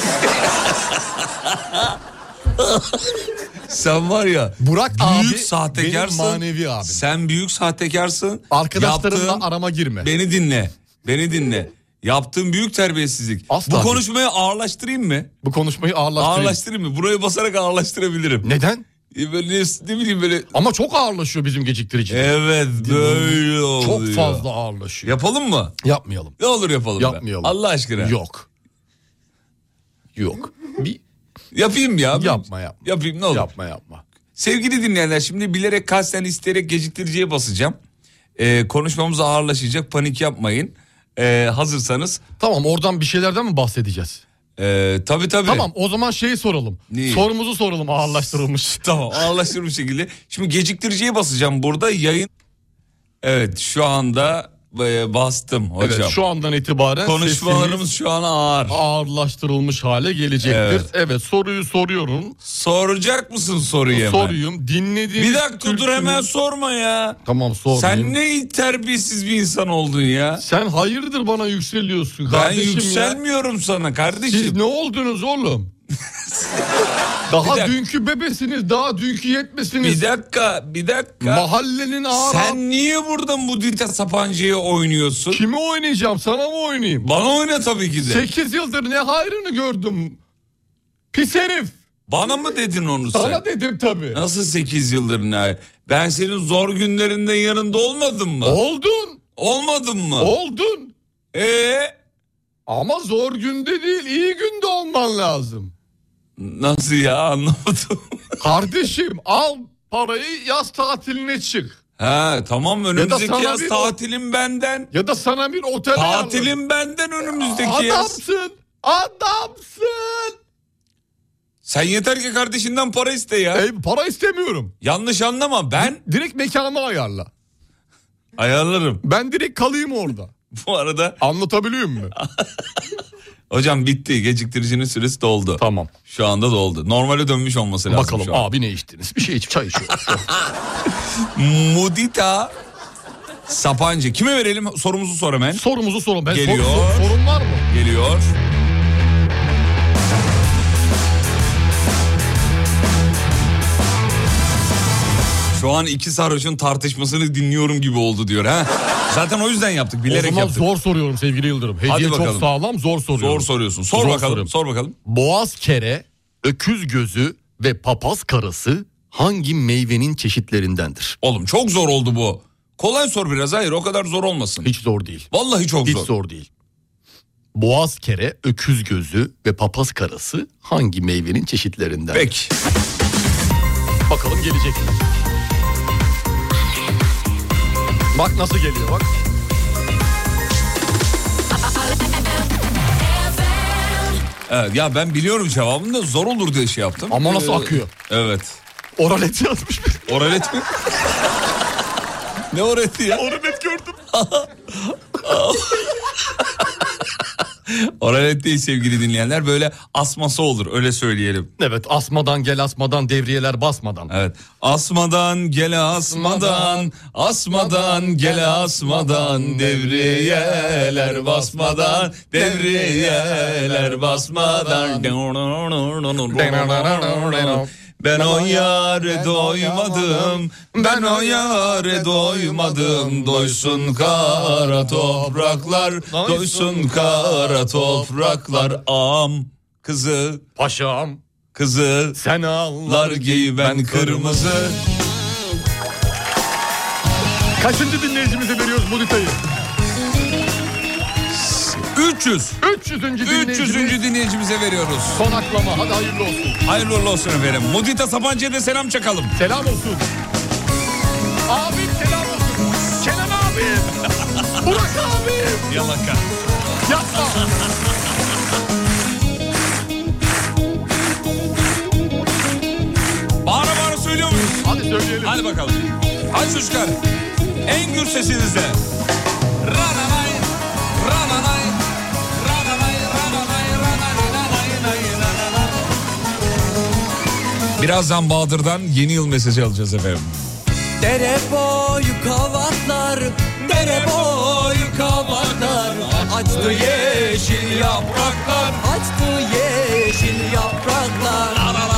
Speaker 2: Sen var ya
Speaker 3: Burak
Speaker 2: büyük
Speaker 3: abi
Speaker 2: sahtekarsın.
Speaker 3: benim manevi abim.
Speaker 2: Sen büyük sahtekarsın.
Speaker 3: Arkadaşlarımla arama girme.
Speaker 2: Beni dinle. Yaptığın büyük terbiyesizlik.
Speaker 3: Asla
Speaker 2: Bu konuşmayı ağırlaştırayım mı?
Speaker 3: Bu konuşmayı ağırlaştırayım.
Speaker 2: Ağırlaştırayım mı? Burayı basarak ağırlaştırabilirim.
Speaker 3: Neden?
Speaker 2: Böyle ne bileyim böyle.
Speaker 3: Ama çok ağırlaşıyor bizim geciktirici.
Speaker 2: Evet, böyle oluyor.
Speaker 3: Çok fazla ağırlaşıyor.
Speaker 2: Yapalım mı?
Speaker 3: Yapmayalım.
Speaker 2: Ne olur yapalım.
Speaker 3: Yapmayalım.
Speaker 2: Allah aşkına.
Speaker 3: Yok. Bir
Speaker 2: Yapayım ya.
Speaker 3: yapma.
Speaker 2: Yapayım, ne olur.
Speaker 3: Yapma.
Speaker 2: Sevgili dinleyenler, şimdi bilerek kasten isteyerek geciktiriciye basacağım. Konuşmamız ağırlaşacak, panik yapmayın. Hazırsanız.
Speaker 3: Tamam, oradan bir şeylerden mi bahsedeceğiz?
Speaker 2: Tabii.
Speaker 3: Tamam, o zaman şeyi soralım.
Speaker 2: Neyi?
Speaker 3: Sorumuzu soralım, ağırlaştırılmış.
Speaker 2: Tamam, ağırlaştırılmış şekilde. Şimdi geciktiriciye basacağım burada yayın. Evet, şu anda bastım hocam.
Speaker 3: Evet, şu andan itibaren
Speaker 2: konuşmalarımız şu an
Speaker 3: ağırlaştırılmış hale gelecektir. Evet, soruyu soruyorum.
Speaker 2: Soracak mısın soruyu hemen?
Speaker 3: Soruyum. Dinlediğiniz
Speaker 2: Bir dakika dur, hemen sorma ya.
Speaker 3: Tamam, sormayayım.
Speaker 2: Sen ne terbiyesiz bir insan oldun ya.
Speaker 3: Sen hayırdır bana yükseliyorsun
Speaker 2: Ben
Speaker 3: kardeşim
Speaker 2: yükselmiyorum sana kardeşim.
Speaker 3: Siz ne oldunuz oğlum? Daha dünkü bebesiniz, daha dünkü yetmesiniz.
Speaker 2: Bir dakika.
Speaker 3: Mahallenin ağır.
Speaker 2: Sen niye burada Mudita Sapanca'yı oynuyorsun?
Speaker 3: Kimi oynayacağım, sana mı oynayayım?
Speaker 2: Bana oyna tabii ki de.
Speaker 3: 8 yıldır ne hayrını gördüm. Pis herif.
Speaker 2: Bana mı dedin onu sen?
Speaker 3: Sana dedim tabii.
Speaker 2: Nasıl 8 yıldır ne? Ben senin zor günlerinde yanında olmadım mı?
Speaker 3: Oldun.
Speaker 2: Olmadın mı?
Speaker 3: Oldun. Ama zor günde değil, iyi günde olman lazım.
Speaker 2: Nasıl ya, anlamadım.
Speaker 3: Kardeşim, al parayı, yaz tatiline çık.
Speaker 2: Ha tamam, önümüzdeki
Speaker 3: sana
Speaker 2: yaz tatilim benden.
Speaker 3: Ya da sana bir otel
Speaker 2: Tatilim benden önümüzdeki yaz.
Speaker 3: Adamsın.
Speaker 2: Sen yeter ki kardeşinden para iste ya.
Speaker 3: Para istemiyorum.
Speaker 2: Yanlış anlama, ben
Speaker 3: Direkt mekanı ayarla.
Speaker 2: ayarlarım.
Speaker 3: Ben direkt kalayım orada.
Speaker 2: Bu arada
Speaker 3: anlatabiliyor muyum?
Speaker 2: Hocam bitti, geciktiricinin süresi doldu.
Speaker 3: Tamam.
Speaker 2: Şu anda doldu. Normale dönmüş olması lazım.
Speaker 3: Bakalım
Speaker 2: şu an.
Speaker 3: abi ne içtiniz? Bir şey içip çay içiyorum.
Speaker 2: Mudita Sapanca. Kime verelim? Sorumuzu sor hemen.
Speaker 3: Sorumuzu sorun.
Speaker 2: Geliyor.
Speaker 3: Sorun var mı?
Speaker 2: Geliyor. Şu an iki sarhoşun tartışmasını dinliyorum gibi oldu diyor ha. Zaten o yüzden yaptık, bilerek
Speaker 3: yaptık. O zaman
Speaker 2: yaptık.
Speaker 3: zor soruyorum sevgili Yıldırım. Hediye çok sağlam, zor soruyorum.
Speaker 2: Zor soruyorsun. Sor bakalım. Sor bakalım.
Speaker 3: Boğaz kere, öküz gözü ve papaz karası hangi meyvenin çeşitlerindendir?
Speaker 2: Oğlum çok zor oldu bu. Kolay sor biraz. Hayır, o kadar zor olmasın.
Speaker 3: Hiç zor değil.
Speaker 2: Vallahi çok zor.
Speaker 3: Hiç zor değil. Boğaz kere, öküz gözü ve papaz karası hangi meyvenin çeşitlerinden?
Speaker 2: Peki.
Speaker 3: Bakalım gelecek mi? Bak nasıl geliyor bak.
Speaker 2: Evet, ya ben biliyorum cevabını da zor olur diye şey yaptım.
Speaker 3: Ama nasıl akıyor?
Speaker 2: Evet.
Speaker 3: Oralet yazmış.
Speaker 2: Oralet mi? Ne oraleti ya?
Speaker 3: Oralet gördüm.
Speaker 2: Oralet değil sevgili dinleyenler, böyle asması olur, öyle söyleyelim.
Speaker 3: Evet, asmadan gel asmadan, devriyeler basmadan.
Speaker 2: Evet. Asmadan gele asmadan, asmadan gele asmadan, devriyeler basmadan, devriyeler basmadan. Ben o yâre doymadım, ben o yâre doymadım. Doysun kara topraklar, doysun kara topraklar. Am kızı,
Speaker 3: Paşam
Speaker 2: kızı,
Speaker 3: sen
Speaker 2: lar giy ben kırmızı.
Speaker 3: Kaçıncı dinleyicimize veriyoruz bu detayı?
Speaker 2: 300.
Speaker 3: 300.
Speaker 2: dinleyicimize veriyoruz.
Speaker 3: Konaklama, hadi hayırlı olsun.
Speaker 2: Hayırlı uğurlu olsun efendim. Mudita Sapancı'ya da selam çakalım.
Speaker 3: Selam olsun. Abim selam olsun. Kenan abim. Burak abim.
Speaker 2: Yalaka.
Speaker 3: Yapma.
Speaker 2: Bağıra bağıra söylüyor muyuz?
Speaker 3: Hadi söyleyelim.
Speaker 2: Hadi bakalım. Hadi çocuklar. En gür sesinizle. Rananay, rananay, rananay, rananay, rananay, rananay. Birazdan Bahadır'dan yeni yıl mesajı alacağız efendim.
Speaker 10: Dere boyu kavatlar, dere boyu kavatlar. Açtı yeşil yapraklar, açtı yeşil yapraklar.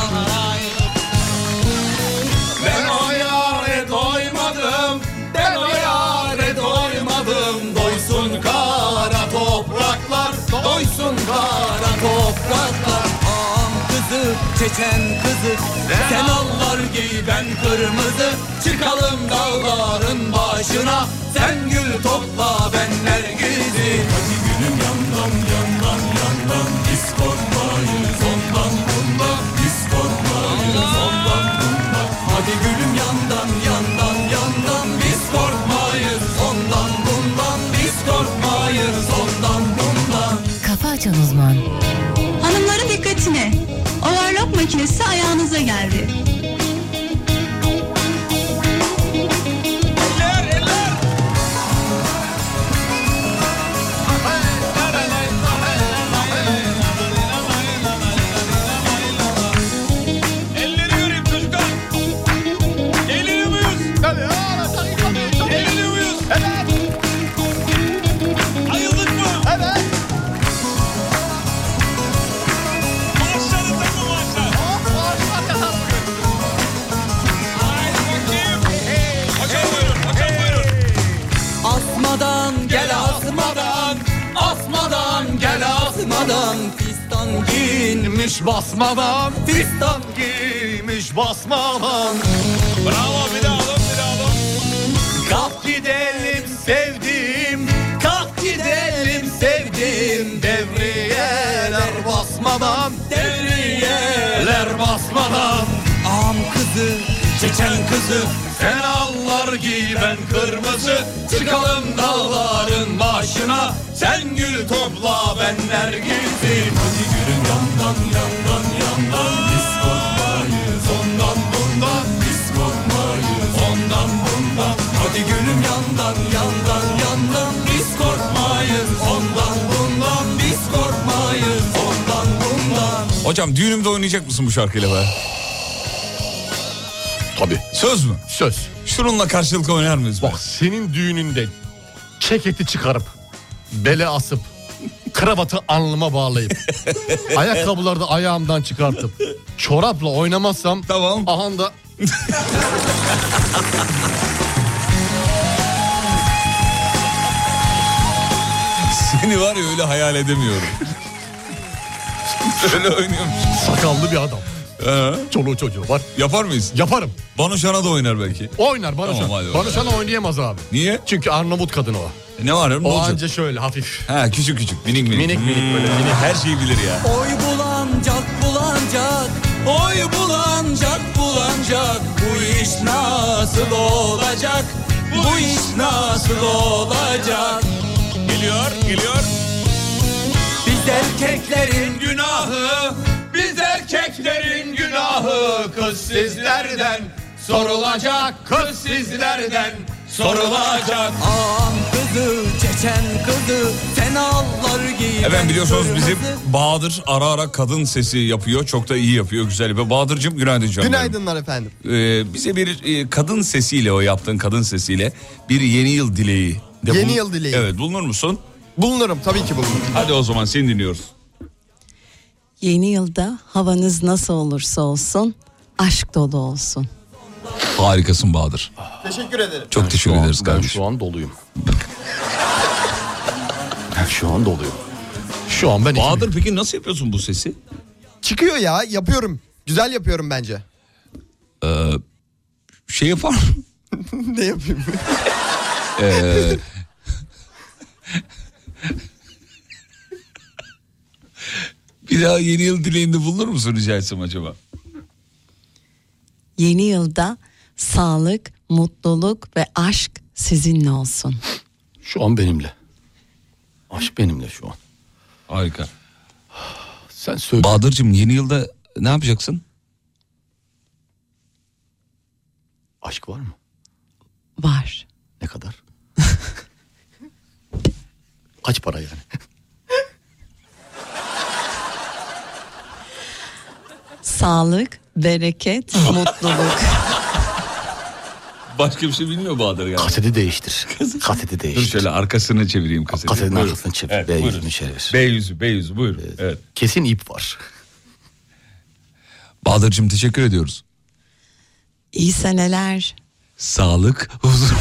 Speaker 9: Ben o yâre doymadım, ben o yâre doymadım. Doysun kara topraklar, doysun kara topraklar.
Speaker 10: Ağam kızı, çeçen kızı, sen allar giy ben kırmızı. Çıkalım dağların başına, sen gül topla ben nergizi.
Speaker 9: Hadi gülüm yandan yandan yandan, biz korkmayız ondan bundan, biz korkmayız ondan bundan.
Speaker 10: Hadi gülüm yandan yandan yandan, biz korkmayız ondan bundan, biz korkmayız ondan bundan.
Speaker 1: Kafa Açan Uzman.
Speaker 11: Hanımların dikkatine. Overlock makinesi ayağınıza geldi.
Speaker 2: Elleri göreyim çocuklar. Eğleniyor muyuz? Eğleniyor muyuz?
Speaker 3: Evet.
Speaker 2: Ayıldık mı?
Speaker 3: Evet.
Speaker 2: Maşallah takım maşallah. Haydi bakayım. Hocam buyurun, hocam buyurun.
Speaker 10: Asmadan gel asmadan, asmadan gel asmadan. Fistan giyinmiş basmadan, fistan
Speaker 3: Giymiş basmadan.
Speaker 2: Bravo, bir daha alın, bir daha alın.
Speaker 10: kalk gidelim sevdiğim, kalk gidelim sevdiğim. Devriyeler basmadan, devriyeler basmadan. Ağam kızı, çeçen kızı,
Speaker 9: Sen allar giy ben kırmızı, çıkalım dağların başına. Sen gül topla ben nergizi. Hadi gülüm yandan yandan yandan, biz korkmayız ondan bundan, biz korkmayız ondan bundan.
Speaker 10: hadi gülüm yandan yandan yandan. Biz korkmayız ondan bundan, biz korkmayız ondan bundan.
Speaker 2: Hocam düğünümde oynayacak mısın bu şarkıyla be?
Speaker 3: Tabii.
Speaker 2: Söz mü?
Speaker 3: Söz.
Speaker 2: Şununla karşılıklı oynar mıyız be?
Speaker 3: Bak senin düğününde ceketi çıkarıp, bele asıp, kravatı alnıma bağlayıp, ayakkabıları da ayağımdan çıkartıp, çorapla oynamazsam
Speaker 2: Tamam.
Speaker 3: aha da
Speaker 2: Seni var ya öyle hayal edemiyorum. Öyle oynuyormuş.
Speaker 3: sakallı bir adam. Çoluğu çocuğu var.
Speaker 2: Yapar mıyız?
Speaker 3: Yaparım.
Speaker 2: Banu Şan'a da oynar belki.
Speaker 3: Oynar Banu
Speaker 2: Tamam,
Speaker 3: Şan.
Speaker 2: hadi
Speaker 3: Banu Şan oynayamaz abi.
Speaker 2: Niye?
Speaker 3: Çünkü Arnavut kadın o.
Speaker 2: Ne var ya? Ne
Speaker 3: O
Speaker 2: olacak?
Speaker 3: anca şöyle hafif.
Speaker 2: Ha, küçük küçük, minik minik.
Speaker 3: Minik minik böyle, minik.
Speaker 2: Her şeyi bilir ya.
Speaker 10: Oy bulancak bulancak, oy bulancak bulancak. Bu iş nasıl olacak, bu iş nasıl olacak.
Speaker 2: Geliyor, geliyor.
Speaker 10: Biz erkeklerin
Speaker 9: Günahı, biz erkeklerin günahı. Kız sizlerden sorulacak, kız sizlerden sorulacak.
Speaker 10: ağam kızı, çeçen kızı, sen allar giy.
Speaker 2: Efendim biliyorsunuz bizim
Speaker 10: kırmızı.
Speaker 2: Bahadır ara ara kadın sesi yapıyor. Çok da iyi yapıyor, güzel yapıyor. Bahadır'cığım günaydın canım.
Speaker 12: Günaydınlar efendim.
Speaker 2: Bize bir kadın sesiyle, o yaptığın kadın sesiyle bir yeni yıl dileği.
Speaker 12: Yeni yıl dileği.
Speaker 2: Evet, bulunur musun?
Speaker 12: Bulunurum, tabii ki bulunurum.
Speaker 2: Hadi o zaman seni dinliyoruz.
Speaker 13: Yeni yılda havanız nasıl olursa olsun
Speaker 11: aşk dolu olsun.
Speaker 2: Harikasın Bahadır.
Speaker 12: Teşekkür ederim.
Speaker 2: Çok teşekkür ederiz
Speaker 3: Ben
Speaker 2: kardeşim.
Speaker 3: şu an doluyum. Ben şu an doluyum. Şu an ben...
Speaker 2: Bahadır peki nasıl yapıyorsun bu sesi?
Speaker 12: Çıkıyor ya, yapıyorum. Güzel yapıyorum bence.
Speaker 2: Şey yapar mı?
Speaker 12: Ne yapayım?
Speaker 2: Bir daha yeni yıl dileğinde bulunur musun rica etsem acaba?
Speaker 11: Yeni yılda sağlık, mutluluk ve aşk sizinle olsun.
Speaker 3: Şu an benimle. Aşk benimle şu an.
Speaker 2: Harika.
Speaker 3: Sen söyle.
Speaker 2: Bahadır'cığım yeni yılda ne yapacaksın?
Speaker 3: Aşk var mı?
Speaker 11: Var.
Speaker 3: Ne kadar? Kaç para yani?
Speaker 11: Sağlık, bereket, mutluluk.
Speaker 2: Başka bir şey bilmiyor Bahadır yani.
Speaker 3: Kaseti değiştir. Kaseti
Speaker 2: Dur
Speaker 3: değiştir.
Speaker 2: şöyle arkasını çevireyim kaseti.
Speaker 3: Kasetin
Speaker 2: Buyurun.
Speaker 3: arkasını çevir.
Speaker 2: Evet,
Speaker 3: B
Speaker 2: buyurun.
Speaker 3: yüzünü çevir.
Speaker 2: B yüzü buyurun. Evet.
Speaker 3: Kesin ip var.
Speaker 2: Bahadır'cığım teşekkür ediyoruz.
Speaker 11: İyi seneler.
Speaker 2: Sağlık, huzur.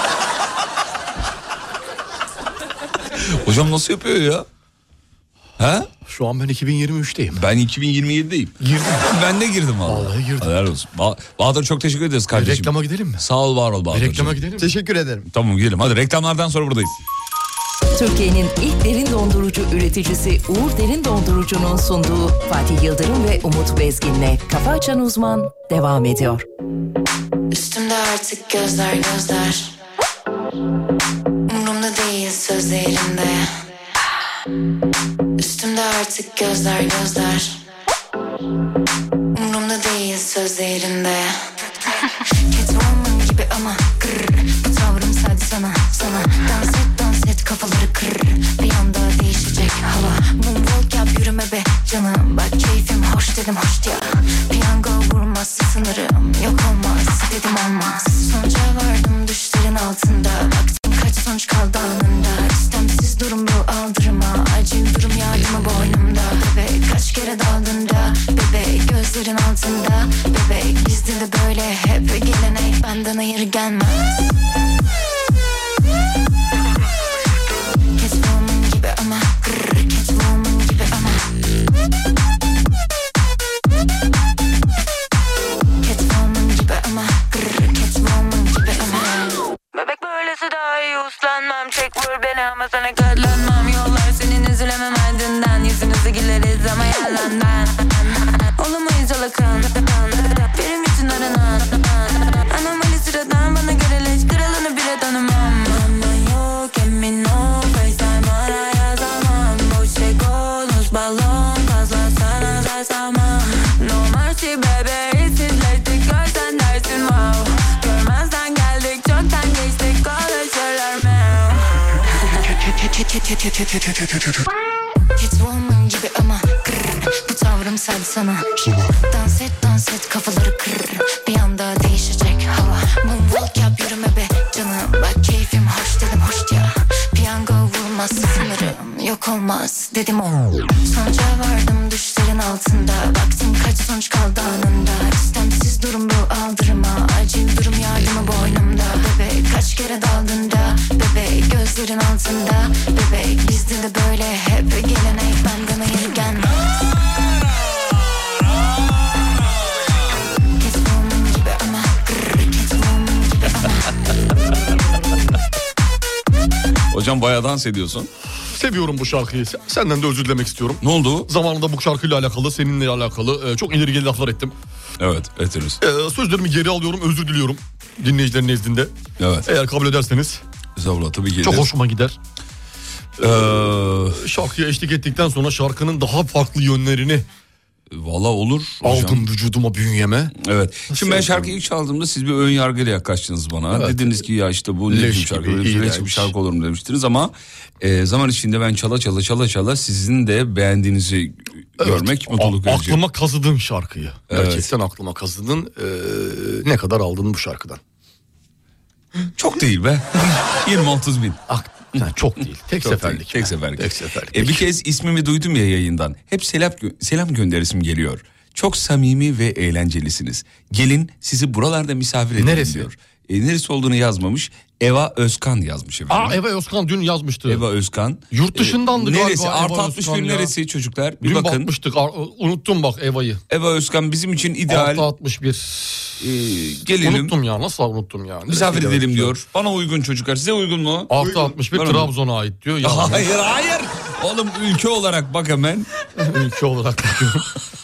Speaker 2: Hocam nasıl yapıyor ya? Ha?
Speaker 3: Şu an ben 2023'teyim.
Speaker 2: Ben 2027'deyim.
Speaker 3: Girdim.
Speaker 2: Ben de girdim vallahi.
Speaker 3: Vallahi girdim.
Speaker 2: Helal olsun. Bahadır çok teşekkür ederiz kardeşim.
Speaker 3: Reklama gidelim mi?
Speaker 2: Sağ ol var ol Bahadır'cığım.
Speaker 3: Reklama gidelim mi?
Speaker 12: Teşekkür ederim.
Speaker 2: Tamam gidelim hadi reklamlardan sonra buradayız.
Speaker 1: Türkiye'nin ilk derin dondurucu üreticisi Uğur Derin Dondurucu'nun sunduğu Fatih Yıldırım ve Umut Bezgin'le Kafa Açan Uzman devam ediyor.
Speaker 13: Üstümde artık gözler gözler, umurumda değil sözlerimde. Üstümde artık gözler gözler, umurumda değil sözlerimde. Catwoman gibi ama kırr, bu tavrım sadece sana. Dans et kafaları kırr, bir anda değişecek hava. Moonwalk yap yürüme be canım, bak keyfim hoş dedim hoş ya. Piyango vurmaz sınırım, yok olmaz dedim olmaz. Sonuca vardım düşlerin altında, baktım kaç sonuç kaldı anında. İstemsiz durum bu aldırma, acil durum yardımı boynumda. Bebek kaç kere daldın da, bebek gözlerin altında. Bebek bizde de böyle hep gelenek, benden hayır gelmez. Catwoman gibi ama grrr, Catwoman gibi ama. Catwoman gibi ama grrr, Catwoman gibi ama. Bebek böylesi daha iyi uslanmam, çek vur beni ama sana katlanmam. Yollar senin üzülemem ardından, yüzünüzü güleriz ama yalandan. Olamayız alakın, benim için aranan. Anomali sıradan bana göre leş, kralını bile tanımam. Aman yok emin ol, FaceTime ara yazamam. Boş şey konuş balon, fazla sana zarsamam. No mercy baby, işsizleştik görsen dersin wow. Görmezden geldik çoktan geçtik, konuşurlar mı? Catwoman gibi ama grrr, bu tavrım sadece sana. Dans et kafaları kırr, bir anda değişecek hava. Moonwalk yap yürüme be canım, bak keyfim hoş dedim hoş ya. Piyango vurmaz sınırım, yok olmaz dedim o. Sonuca vardım düşlerin altında, baktım kaç sonuç kaldı anında. İstemsiz durum bu aldırma, acil durum yardımı boynumda. Bebek kaç kere daldın da, bebek gözlerin altında. Bebek bizde de böyle hep gelenek, benden hayır gelmez. Catwoman gibi ama grrr, Catwoman gibi ama.
Speaker 2: Hocam bayağı dans ediyorsun.
Speaker 3: Seviyorum bu şarkıyı. Senden de özür dilemek istiyorum.
Speaker 2: Ne oldu?
Speaker 3: Zamanında bu şarkıyla alakalı, seninle alakalı çok ileri geri laflar ettim.
Speaker 2: Evet ederiz.
Speaker 3: Sözlerimi geri alıyorum, özür diliyorum dinleyicilerin nezdinde.
Speaker 2: Evet.
Speaker 3: Eğer kabul ederseniz.
Speaker 2: Estağfurullah tabii ki.
Speaker 3: Çok hoşuma gider. Şarkıya eşlik ettikten sonra şarkının daha farklı yönlerini
Speaker 2: valla olur hocam.
Speaker 3: Aldım vücuduma, bünyeme.
Speaker 2: Evet. Şimdi ben şarkıyı ilk çaldığımda siz bir ön yargıyla yaklaştınız bana. Evet. Dediniz ki ya işte bu ne bir şarkı, leş bir şarkı olur mu demiştiniz ama zaman içinde ben çala sizin de beğendiğinizi görmek mutluluk verici.
Speaker 3: Aklıma kazıdın şarkıyı. Evet. Gerçekten aklıma kazıdın. Ne kadar aldın bu şarkıdan?
Speaker 2: Çok değil be. 20-30 bin.
Speaker 3: Yani çok değil. Tek seferlik.
Speaker 2: Tek seferlik. Bir kez ismimi duydum ya yayından. Hep selam gönderisim geliyor. Çok samimi ve eğlencelisiniz. Gelin sizi buralarda misafir edelim
Speaker 3: Neresi?
Speaker 2: diyor. Neresi olduğunu yazmamış. Eva Özkan yazmış efendim.
Speaker 3: Eva Özkan dün yazmıştı.
Speaker 2: Eva Özkan.
Speaker 3: Yurt dışındandı galiba.
Speaker 2: Neresi? Artı
Speaker 3: Eva
Speaker 2: 61
Speaker 3: Özkan ya.
Speaker 2: neresi çocuklar? Bir
Speaker 3: Dün
Speaker 2: bakın.
Speaker 3: bakmıştık. Unuttum bak Eva'yı.
Speaker 2: Eva Özkan bizim için ideal.
Speaker 3: Artı 61.
Speaker 2: Gelelim.
Speaker 3: Unuttum ya. Nasıl unuttum ya?
Speaker 2: Misafir edelim diyor. Bana uygun çocuklar. Size uygun mu?
Speaker 3: Artı 61 Trabzon'a ait diyor. Ya.
Speaker 2: Hayır. Oğlum ülke olarak bak hemen.
Speaker 3: Ülke olarak bakıyorum.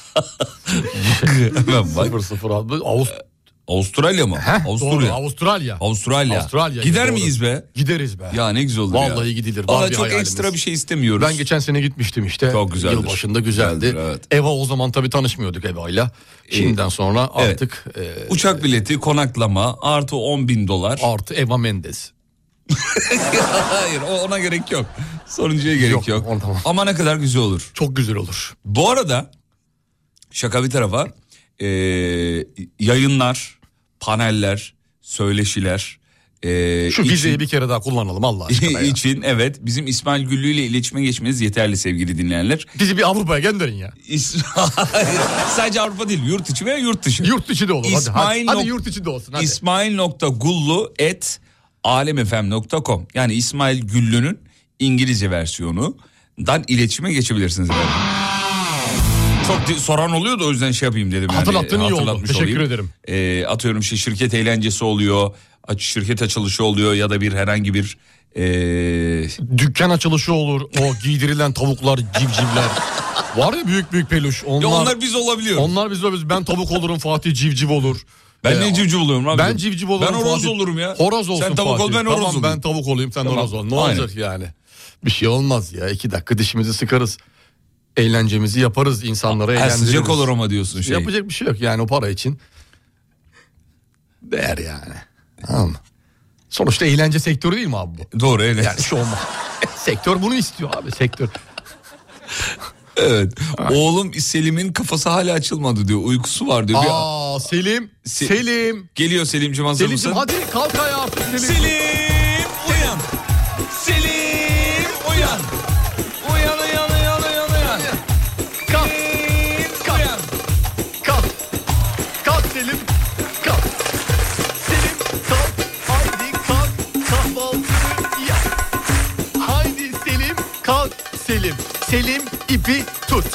Speaker 2: Hemen bak.
Speaker 3: 0-0
Speaker 2: Avustralya mı?
Speaker 3: Doğru,
Speaker 2: Avustralya. Gider miyiz be?
Speaker 3: Gideriz be.
Speaker 2: Ya ne güzel olur ya.
Speaker 3: Vallahi gidilir.
Speaker 2: Vallahi çok ekstra bir şey istemiyoruz.
Speaker 3: Ben geçen sene gitmiştim işte.
Speaker 2: Çok güzeldir.
Speaker 3: Yılbaşında güzeldi.
Speaker 2: Güzeldir, evet.
Speaker 3: Eva o zaman tabii tanışmıyorduk Eva'yla. Şimdiden sonra artık...
Speaker 2: Uçak bileti, konaklama artı $10.000.
Speaker 3: Artı Eva Mendes.
Speaker 2: Hayır ona gerek yok. Sonuncuya gerek yok.
Speaker 3: Tamam.
Speaker 2: Ama ne kadar güzel olur.
Speaker 3: Çok güzel olur.
Speaker 2: Bu arada şaka bir tarafa yayınlar, paneller, söyleşiler...
Speaker 3: Şu vizeyi bir kere daha kullanalım Allah aşkına ya.
Speaker 2: için evet bizim İsmail Güllü ile iletişime geçmeniz yeterli sevgili dinleyenler.
Speaker 3: Bizi bir Avrupa'ya gönderin ya.
Speaker 2: Sadece Avrupa değil, yurt içi veya yurt dışı.
Speaker 3: Yurt dışı da olur. Hadi yurt içi de olsun. Hadi.
Speaker 2: İsmail.gullu@alemfm.com yani İsmail Güllü'nün İngilizce versiyonundan iletişime geçebilirsiniz efendim. Çok soran oluyordu o yüzden şey yapayım dedim.
Speaker 3: Hatırlattın iyi oldu. Teşekkür ederim.
Speaker 2: Atıyorum şirket eğlencesi oluyor, şirket açılışı oluyor ya da bir herhangi bir...
Speaker 3: Dükkan açılışı olur, o giydirilen tavuklar, civcivler. Var ya büyük peluş.
Speaker 2: Onlar biz olabiliyoruz.
Speaker 3: Onlar biz olabiliyoruz. Ben tavuk olurum, Fatih civciv olur.
Speaker 2: Ben ne civciv oluyorum abi?
Speaker 3: Ben civciv olurum.
Speaker 2: Ben horoz
Speaker 3: Fatih.
Speaker 2: olurum ya.
Speaker 3: Horoz olsun
Speaker 2: sen tavuk
Speaker 3: Fatih.
Speaker 2: ol ben horoz olayım.
Speaker 3: Ben tavuk olayım sen horoz ol. Ne olacak yani? Bir şey olmaz ya. 2 dakika dişimizi sıkarız. Eğlencemizi yaparız, insanlara eğlendiririz.
Speaker 2: Sıcak olur ama diyorsun şey.
Speaker 3: Yapacak bir şey yok yani o para için. Değer yani. Tamam mı? Sonuçta eğlence sektörü değil mi abi bu?
Speaker 2: Doğru eğlence.
Speaker 3: Yani şu olmaz. Sektör bunu istiyor abi sektör.
Speaker 2: Evet. Oğlum Selim'in kafası hala açılmadı diyor. Uykusu var diyor.
Speaker 3: Selim. Selim.
Speaker 2: Geliyor Selim'cim hazır mısın?
Speaker 3: Hadi kalk ayağa artık Selim.
Speaker 2: Selim uyan. Selim uyan. Uyan.
Speaker 3: Kalk. Kalk Selim. Kalk. Selim kalk. Haydi kalk. Kahvaltını yap. Haydi Selim kalk. Selim ipi tut.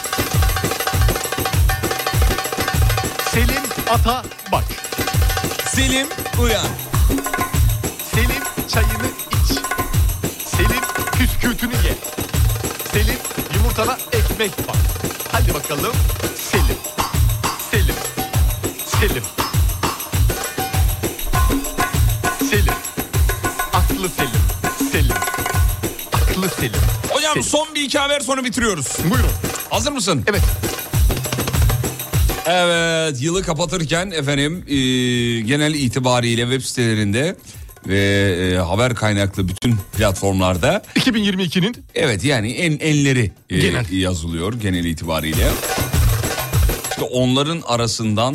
Speaker 3: Selim ata bak.
Speaker 2: Selim uyan.
Speaker 3: Selim çayını iç. Selim püskürtünü ye. Selim yumurtana ekmek bak. Hadi bakalım. Selim. Aklı Selim. Aklı Selim.
Speaker 2: Hocam son bir iki haber sonra bitiriyoruz.
Speaker 3: Buyurun.
Speaker 2: Hazır mısın?
Speaker 3: Evet.
Speaker 2: Evet, yılı kapatırken efendim genel itibariyle web sitelerinde ve haber kaynaklı bütün platformlarda
Speaker 3: 2022'nin
Speaker 2: evet yani enleri
Speaker 3: genel
Speaker 2: yazılıyor genel itibariyle. İşte onların arasından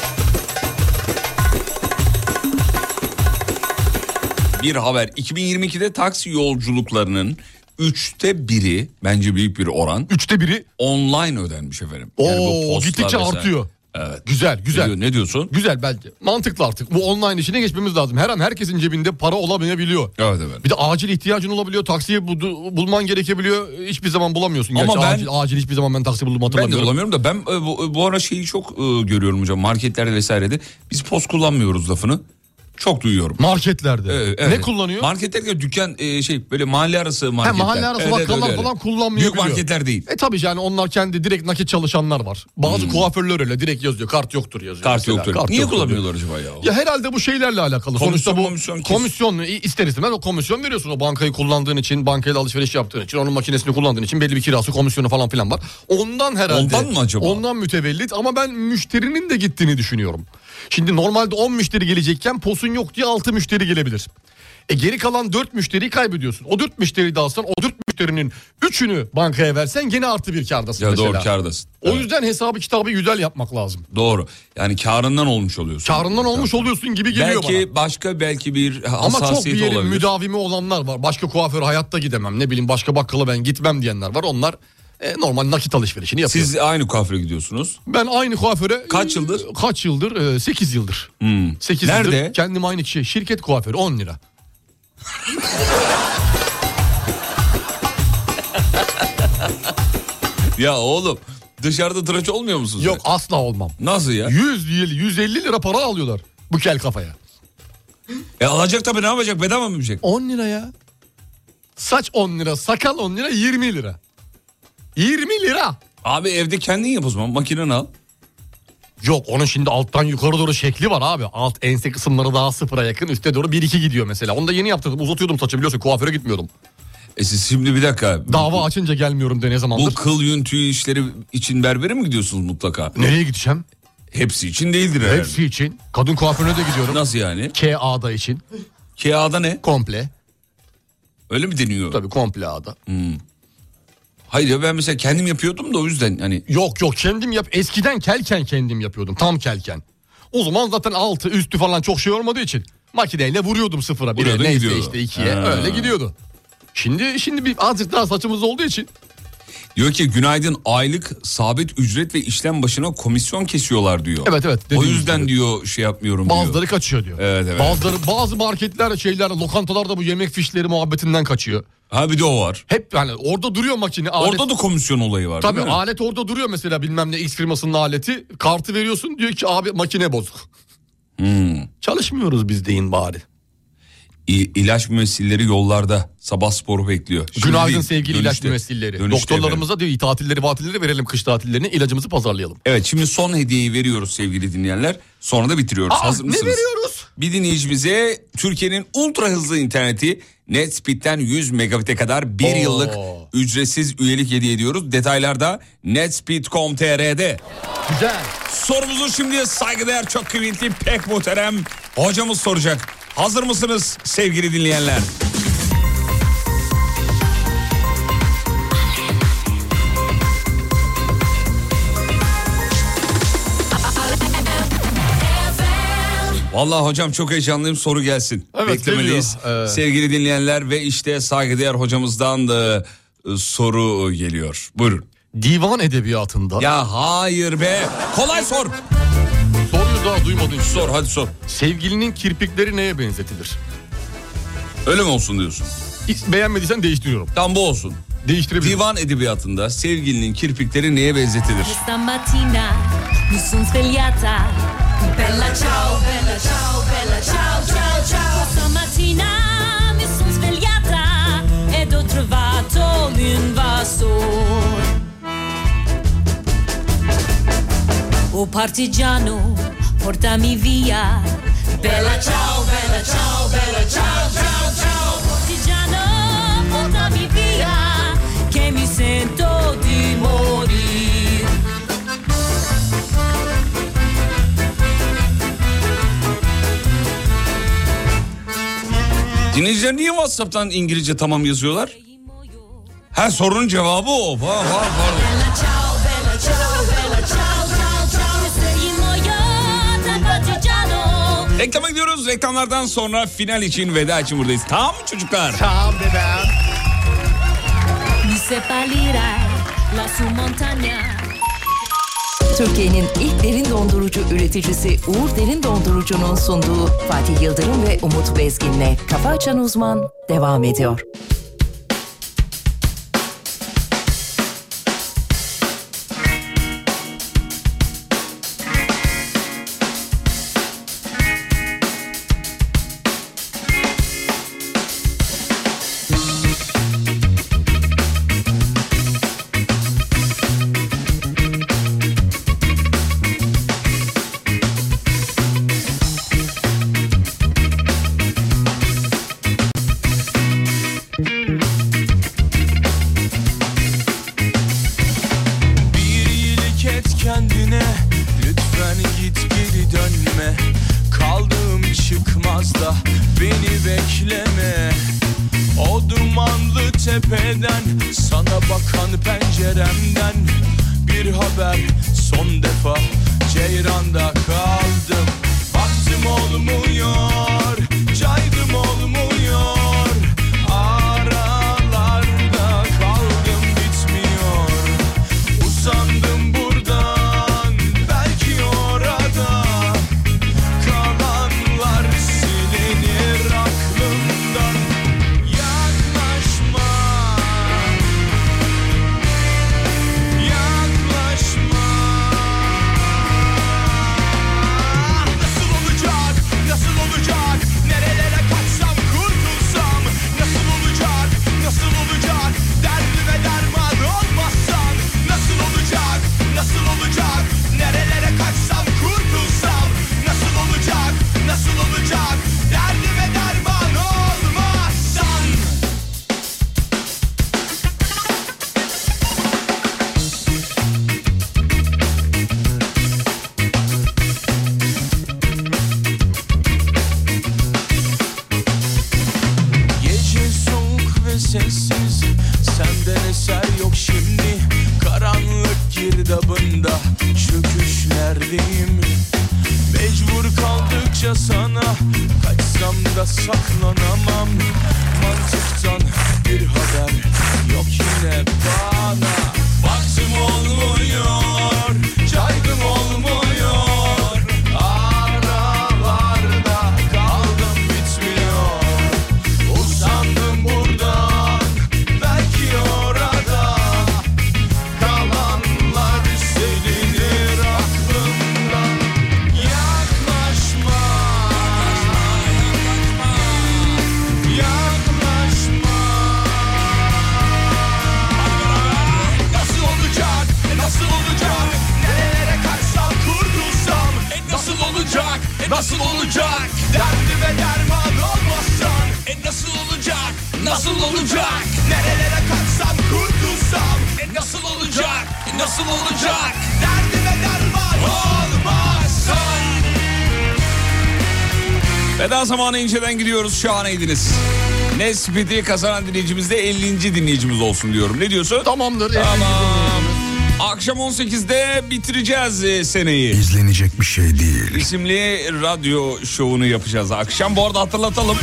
Speaker 2: bir haber. 2022'de taksi yolculuklarının 1/3 bence büyük bir oran.
Speaker 3: 1/3
Speaker 2: online ödenmiş efendim. Yani bu
Speaker 3: gittikçe
Speaker 2: mesela
Speaker 3: artıyor.
Speaker 2: Evet.
Speaker 3: Güzel.
Speaker 2: Ne diyorsun?
Speaker 3: Güzel bence. Mantıklı artık. Bu online işine geçmemiz lazım. Her an herkesin cebinde para olamayabiliyor.
Speaker 2: Evet.
Speaker 3: Bir de acil ihtiyacın olabiliyor. Taksiyi bulman gerekebiliyor. Hiçbir zaman bulamıyorsun.
Speaker 2: Ama
Speaker 3: gerçi acil hiçbir zaman ben taksi buldum hatırlamıyorum.
Speaker 2: Ben de bulamıyorum da ben bu ara şeyi çok görüyorum hocam. Marketlerde vesairede. Biz POS kullanmıyoruz lafını. Çok duyuyorum.
Speaker 3: Marketlerde.
Speaker 2: Evet.
Speaker 3: Ne kullanıyor?
Speaker 2: Marketler dükkan böyle mahalle arası marketler.
Speaker 3: Mahalle arası bakkallar falan kullanmıyor.
Speaker 2: Büyük marketler değil.
Speaker 3: Tabii yani onlar kendi direkt nakit çalışanlar var. Bazı kuaförler öyle direkt yazıyor. Kart yoktur yazıyor.
Speaker 2: Kart
Speaker 3: mesela.
Speaker 2: yoktur. Niye kullanmıyorlar acaba ya?
Speaker 3: Ya herhalde bu şeylerle alakalı. Sonuçta bu komisyon ister istemez o komisyon veriyorsun. O bankayı kullandığın için, bankayla alışveriş yaptığın için, onun makinesini kullandığın için belli bir kirası, komisyonu falan filan var. Ondan herhalde.
Speaker 2: Ondan mı acaba?
Speaker 3: Ondan mütevellit ama ben müşterinin de gittiğini düşünüyorum. Şimdi normalde 10 müşteri gelecekken POS'un yok diye 6 müşteri gelebilir. Geri kalan 4 müşteriyi kaybediyorsun. O 4 müşteriyi de alsan o 4 müşterinin 3'ünü bankaya versen gene artı bir kârdasın mesela.
Speaker 2: Doğru kârdasın.
Speaker 3: O yüzden hesabı kitabı güzel yapmak lazım.
Speaker 2: Doğru. Yani kârından olmuş oluyorsun.
Speaker 3: Kârından olmuş oluyorsun gibi geliyor bana.
Speaker 2: Belki bir hassasiyeti
Speaker 3: ama çok bir yerin
Speaker 2: olabilir.
Speaker 3: müdavimi olanlar var. Başka kuaföre hayatta gidemem. Ne bileyim başka bakkala ben gitmem diyenler var. Onlar Normal nakit alışverişini yapıyorum.
Speaker 2: Siz aynı kuaföre gidiyorsunuz.
Speaker 3: Ben aynı kuaföre...
Speaker 2: Kaç yıldır?
Speaker 3: Kaç yıldır? 8 yıldır. 8
Speaker 2: Nerede?
Speaker 3: Yıldır kendim aynı kişi. Şirket kuaförü 10 lira.
Speaker 2: Ya oğlum dışarıda tıraş olmuyor musunuz?
Speaker 3: Yok asla olmam.
Speaker 2: Nasıl ya?
Speaker 3: 150 lira para alıyorlar bu kel kafaya.
Speaker 2: Alacak tabii, ne yapacak, bedava mı yapacak?
Speaker 3: 10 lira ya. Saç 10 lira, sakal 10 lira, 20 lira. 20 lira.
Speaker 2: Abi evde kendin yap o zaman, makineni al.
Speaker 3: Yok onun şimdi alttan yukarı doğru şekli var abi. Alt ense kısımları daha sıfıra yakın, üste doğru 1-2 gidiyor mesela. Onu da yeni yaptırdım, uzatıyordum saçı biliyorsun, kuaföre gitmiyordum.
Speaker 2: Siz şimdi bir dakika.
Speaker 3: Dava açınca gelmiyorum de ne zamandır.
Speaker 2: Bu kıl yün tüy işleri için berbere mi gidiyorsunuz mutlaka?
Speaker 3: Nereye gideceğim?
Speaker 2: Hepsi için değildir herhalde.
Speaker 3: Hepsi için. Kadın kuaförüne de gidiyorum.
Speaker 2: Nasıl yani?
Speaker 3: KA'da için.
Speaker 2: KA'da ne?
Speaker 3: Komple.
Speaker 2: Öyle mi deniyor?
Speaker 3: Tabii komple A'da.
Speaker 2: Hayır ya, ben mesela kendim yapıyordum da o yüzden hani.
Speaker 3: Yok kendim eskiden kelken kendim yapıyordum, tam kelken. O zaman zaten altı üstü falan çok şey olmadığı için makineyle vuruyordum sıfıra. Neyse gidiyordu. İşte 2'ye öyle gidiyordu. Şimdi bir azıcık daha saçımız olduğu için.
Speaker 2: Diyor ki günaydın, aylık sabit ücret ve işlem başına komisyon kesiyorlar diyor.
Speaker 3: Evet.
Speaker 2: O yüzden diyor şey yapmıyorum diyor.
Speaker 3: Bazıları kaçıyor diyor.
Speaker 2: Evet.
Speaker 3: Bazı marketler lokantalarda bu yemek fişleri muhabbetinden kaçıyor.
Speaker 2: Ha bir de o var.
Speaker 3: Hep yani orada duruyor makine. Alet...
Speaker 2: Orada da komisyon olayı var.
Speaker 3: Tabii alet orada duruyor mesela, bilmem ne X firmasının aleti. Kartı veriyorsun, diyor ki abi makine bozuk. Çalışmıyoruz biz deyin bari.
Speaker 2: İlaç mümessilleri yollarda sabah sporu bekliyor. Şimdi
Speaker 3: Günaydın
Speaker 2: değil,
Speaker 3: sevgili ilaç mümessilleri. Doktorlarımıza diyor tatilleri verelim, kış tatillerini, ilacımızı pazarlayalım.
Speaker 2: Evet, şimdi son hediyeyi veriyoruz sevgili dinleyenler. Sonra da bitiriyoruz. Hazır mısınız?
Speaker 3: Ne veriyoruz?
Speaker 2: Bir dinleyicimize Türkiye'nin ultra hızlı interneti NetSpeed'den 100 megabit'e kadar bir yıllık ücretsiz üyelik hediye ediyoruz. Detaylarda netspeed.com.tr'de.
Speaker 3: Güzel.
Speaker 2: Sorumuzu şimdi saygıdeğer, çok kıymetli, pek muhterem hocamız soracak. Hazır mısınız sevgili dinleyenler? Vallahi hocam çok heyecanlıyım, soru gelsin.
Speaker 3: Evet,
Speaker 2: beklemeliyiz.
Speaker 3: Evet.
Speaker 2: Sevgili dinleyenler ve işte saygıdeğer hocamızdan da soru geliyor. Buyurun.
Speaker 3: Divan edebiyatında.
Speaker 2: Ya hayır be. Kolay sor.
Speaker 3: Soruyu daha duymadın.
Speaker 2: Sor hadi sor.
Speaker 3: Sevgilinin kirpikleri neye benzetilir?
Speaker 2: Öyle mi olsun diyorsun?
Speaker 3: Hiç beğenmediysen değiştiriyorum.
Speaker 2: Tam bu olsun.
Speaker 3: Değiştirebilirim.
Speaker 2: Divan edebiyatında sevgilinin kirpikleri neye benzetilir?
Speaker 13: Stamattina mi son svegliata. Bella ciao, bella ciao, bella ciao, ciao, ciao. Stamattina mi son svegliata ed ho trovato un vaso. Oh partigiano, portami via. Bella ciao, bella ciao, bella ciao, ciao, ciao. Partigiano, portami via, che mi sento di morire.
Speaker 2: Dinleyiciler niye WhatsApp'tan İngilizce tamam yazıyorlar? Ha, sorunun cevabı o. Pardon. Reklama gidiyoruz. Reklamlardan sonra final için, veda için buradayız. Tamam mı çocuklar?
Speaker 3: Tamam bebeğim.
Speaker 1: Türkiye'nin ilk derin dondurucu üreticisi Uğur Derin Dondurucu'nun sunduğu Fatih Yıldırım ve Umut Bezgin'le Kafa Açan Uzman devam ediyor.
Speaker 9: da saklanamam. Mantıktan bir haber yok yine bana. Baktım olmuyor, caygım olmuyor. Aralarda kaldım bitmiyor. Usandım buradan, belki orada kalanlar silinir aklımdan. Yaklaşma, yaklaşma. Nasıl olacak, nasıl olacak? Nerelere kaçsam, kurtulsam. Nasıl olacak, nasıl olacak? Derdime derman olmazsan. Nasıl olacak, nasıl olacak? Nerelere kaçsam, kurtulsam. Nasıl olacak, nasıl olacak? Derdime derman olmazsan.
Speaker 2: Veda zamanı inceden gidiyoruz. Şahaneydiniz. Nesbit'i kazanan dinleyicimiz de 50. dinleyicimiz olsun diyorum. Ne diyorsun?
Speaker 3: Tamamdır.
Speaker 2: Tamam. Akşam 18'de bitireceğiz seneyi.
Speaker 14: İzlenecek bir şey değil.
Speaker 2: İsimli radyo şovunu yapacağız akşam. Bu arada hatırlatalım.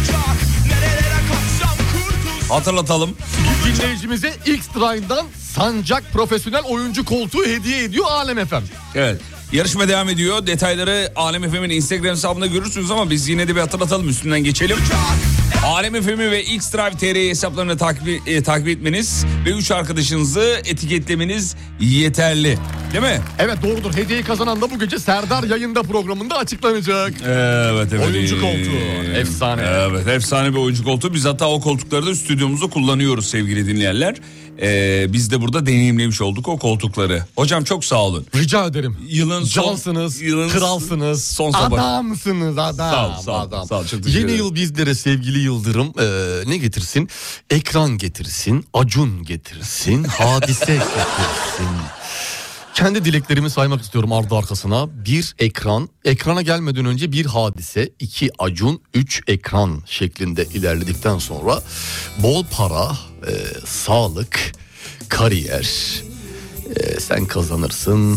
Speaker 2: Hatırlatalım.
Speaker 3: Dinleyicimize X-Drive'dan Sancak Profesyonel Oyuncu Koltuğu hediye ediyor Alem FM.
Speaker 2: Evet. Yarışma devam ediyor. Detayları Alem FM'in Instagram hesabında görürsünüz ama biz yine de bir hatırlatalım, üstünden geçelim. Alem FM'i ve X-Drive TR hesaplarını takip etmeniz ve 3 arkadaşınızı etiketlemeniz yeterli. Değil mi?
Speaker 3: Evet, doğrudur. Hediyeyi kazanan da bu gece Serdar yayında programında açıklanacak.
Speaker 2: Evet.
Speaker 3: Oyuncu koltuğu. Efsane.
Speaker 2: Evet, efsane bir oyuncu koltuğu. Biz hatta o koltukları da stüdyomuzda kullanıyoruz sevgili dinleyenler. Biz de burada deneyimlemiş olduk o koltukları. Hocam çok sağ olun.
Speaker 3: Rica ederim.
Speaker 2: Yılın
Speaker 3: cansınız, kralsınız,
Speaker 2: son sabah.
Speaker 3: Adamsınız, adam.
Speaker 2: Sağ ol. Çok teşekkür
Speaker 3: Yeni
Speaker 2: ederim.
Speaker 3: yıl bizlere sevgili Yıldırım ne getirsin? Ekran getirsin, Acun getirsin, Hadise getirsin. Kendi dileklerimi saymak istiyorum ardı arkasına. 1 ekran, ekrana gelmeden önce 1 Hadise, 2 Acun, 3 ekran şeklinde ilerledikten sonra bol para, sağlık, kariyer, sen kazanırsın,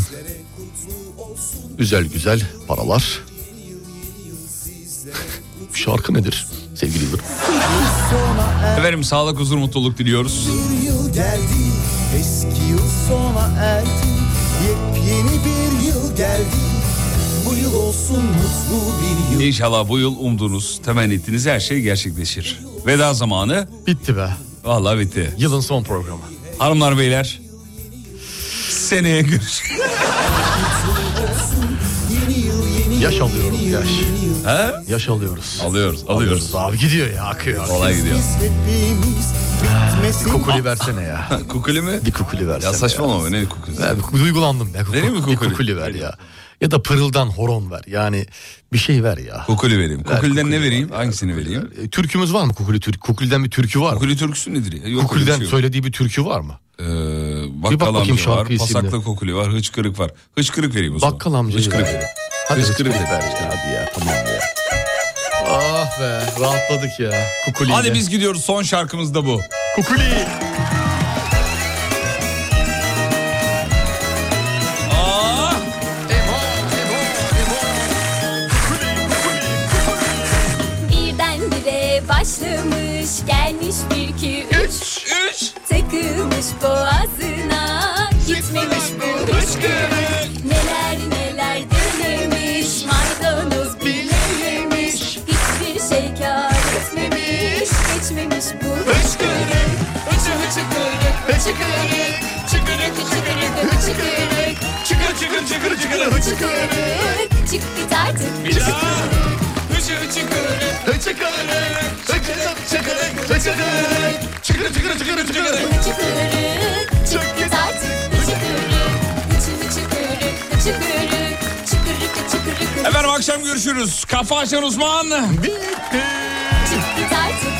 Speaker 3: güzel paralar. Şarkı nedir sevgili Yıldırım?
Speaker 2: Efendim sağlık, huzur, mutluluk diliyoruz.
Speaker 10: Bir yıl geldi, eski yıl sona erdi. Yepyeni bir yıl geldi. Bu yıl olsun mutlu bir yıl.
Speaker 2: İnşallah bu yıl umduğunuz, temenni ettiğiniz her şey gerçekleşir. Veda zamanı.
Speaker 3: Bitti be.
Speaker 2: Vallahi bitti.
Speaker 3: Yılın son programı.
Speaker 2: Hanımlar beyler, seneye görüşürüz.
Speaker 3: Yaş alıyorum, yaş.
Speaker 2: He?
Speaker 3: Yaş alıyoruz.
Speaker 2: Alıyoruz.
Speaker 3: Abi gidiyor ya, akıyor.
Speaker 2: Olay gidiyor.
Speaker 3: Bir kukuli versene ya.
Speaker 2: Kukuli mi?
Speaker 3: Bir kukuli versene.
Speaker 2: Ya saçmalama, ne kukulisi?
Speaker 3: Duygulandım be.
Speaker 2: Vereyim mi kukuli?
Speaker 3: Bir kukuli ver ya. Ya da pırıldan horon ver. Yani bir şey ver ya.
Speaker 2: Kukuli vereyim. Kukuliden ne vereyim? Hangisini vereyim?
Speaker 3: Türkümüz var mı kukuli? Kukuliden bir türkü var mı?
Speaker 2: Kukuli türküsü nedir ya? Yok,
Speaker 3: Kukuliden
Speaker 2: şey
Speaker 3: söylediği bir türkü var mı?
Speaker 2: Bakkal amca var,
Speaker 3: isimli.
Speaker 2: pasaklı kukuli var, hıçkırık var. Hıçkırık vereyim o zaman.
Speaker 3: Bakkal amcayı
Speaker 2: Hıçkırık
Speaker 3: ver.
Speaker 2: vereyim.
Speaker 3: Hadi
Speaker 2: Hıçkırık
Speaker 3: ver ya. Hadi ya, tamam ya. Ah be, rahatladık ya. Kukuli.
Speaker 2: Hadi biz gidiyoruz, son şarkımız da bu.
Speaker 3: Kukuli.
Speaker 15: Birdenbire başlamış, gelmiş 1 2 3 takılmış boğazına, gitmemiş bu hıçkırık. Neler denemiş, maydanoz bile yemiş, hiçbir şey kâr etmemiş, geçmemiş bu hıçkırık. Hıçkırık, çıkırık, hıçkırık, çıkır hıçkırık, çık git artık hıçkırık.
Speaker 2: Efendim akşam görüşürüz. Kafa açan uzman.
Speaker 15: Çık git artık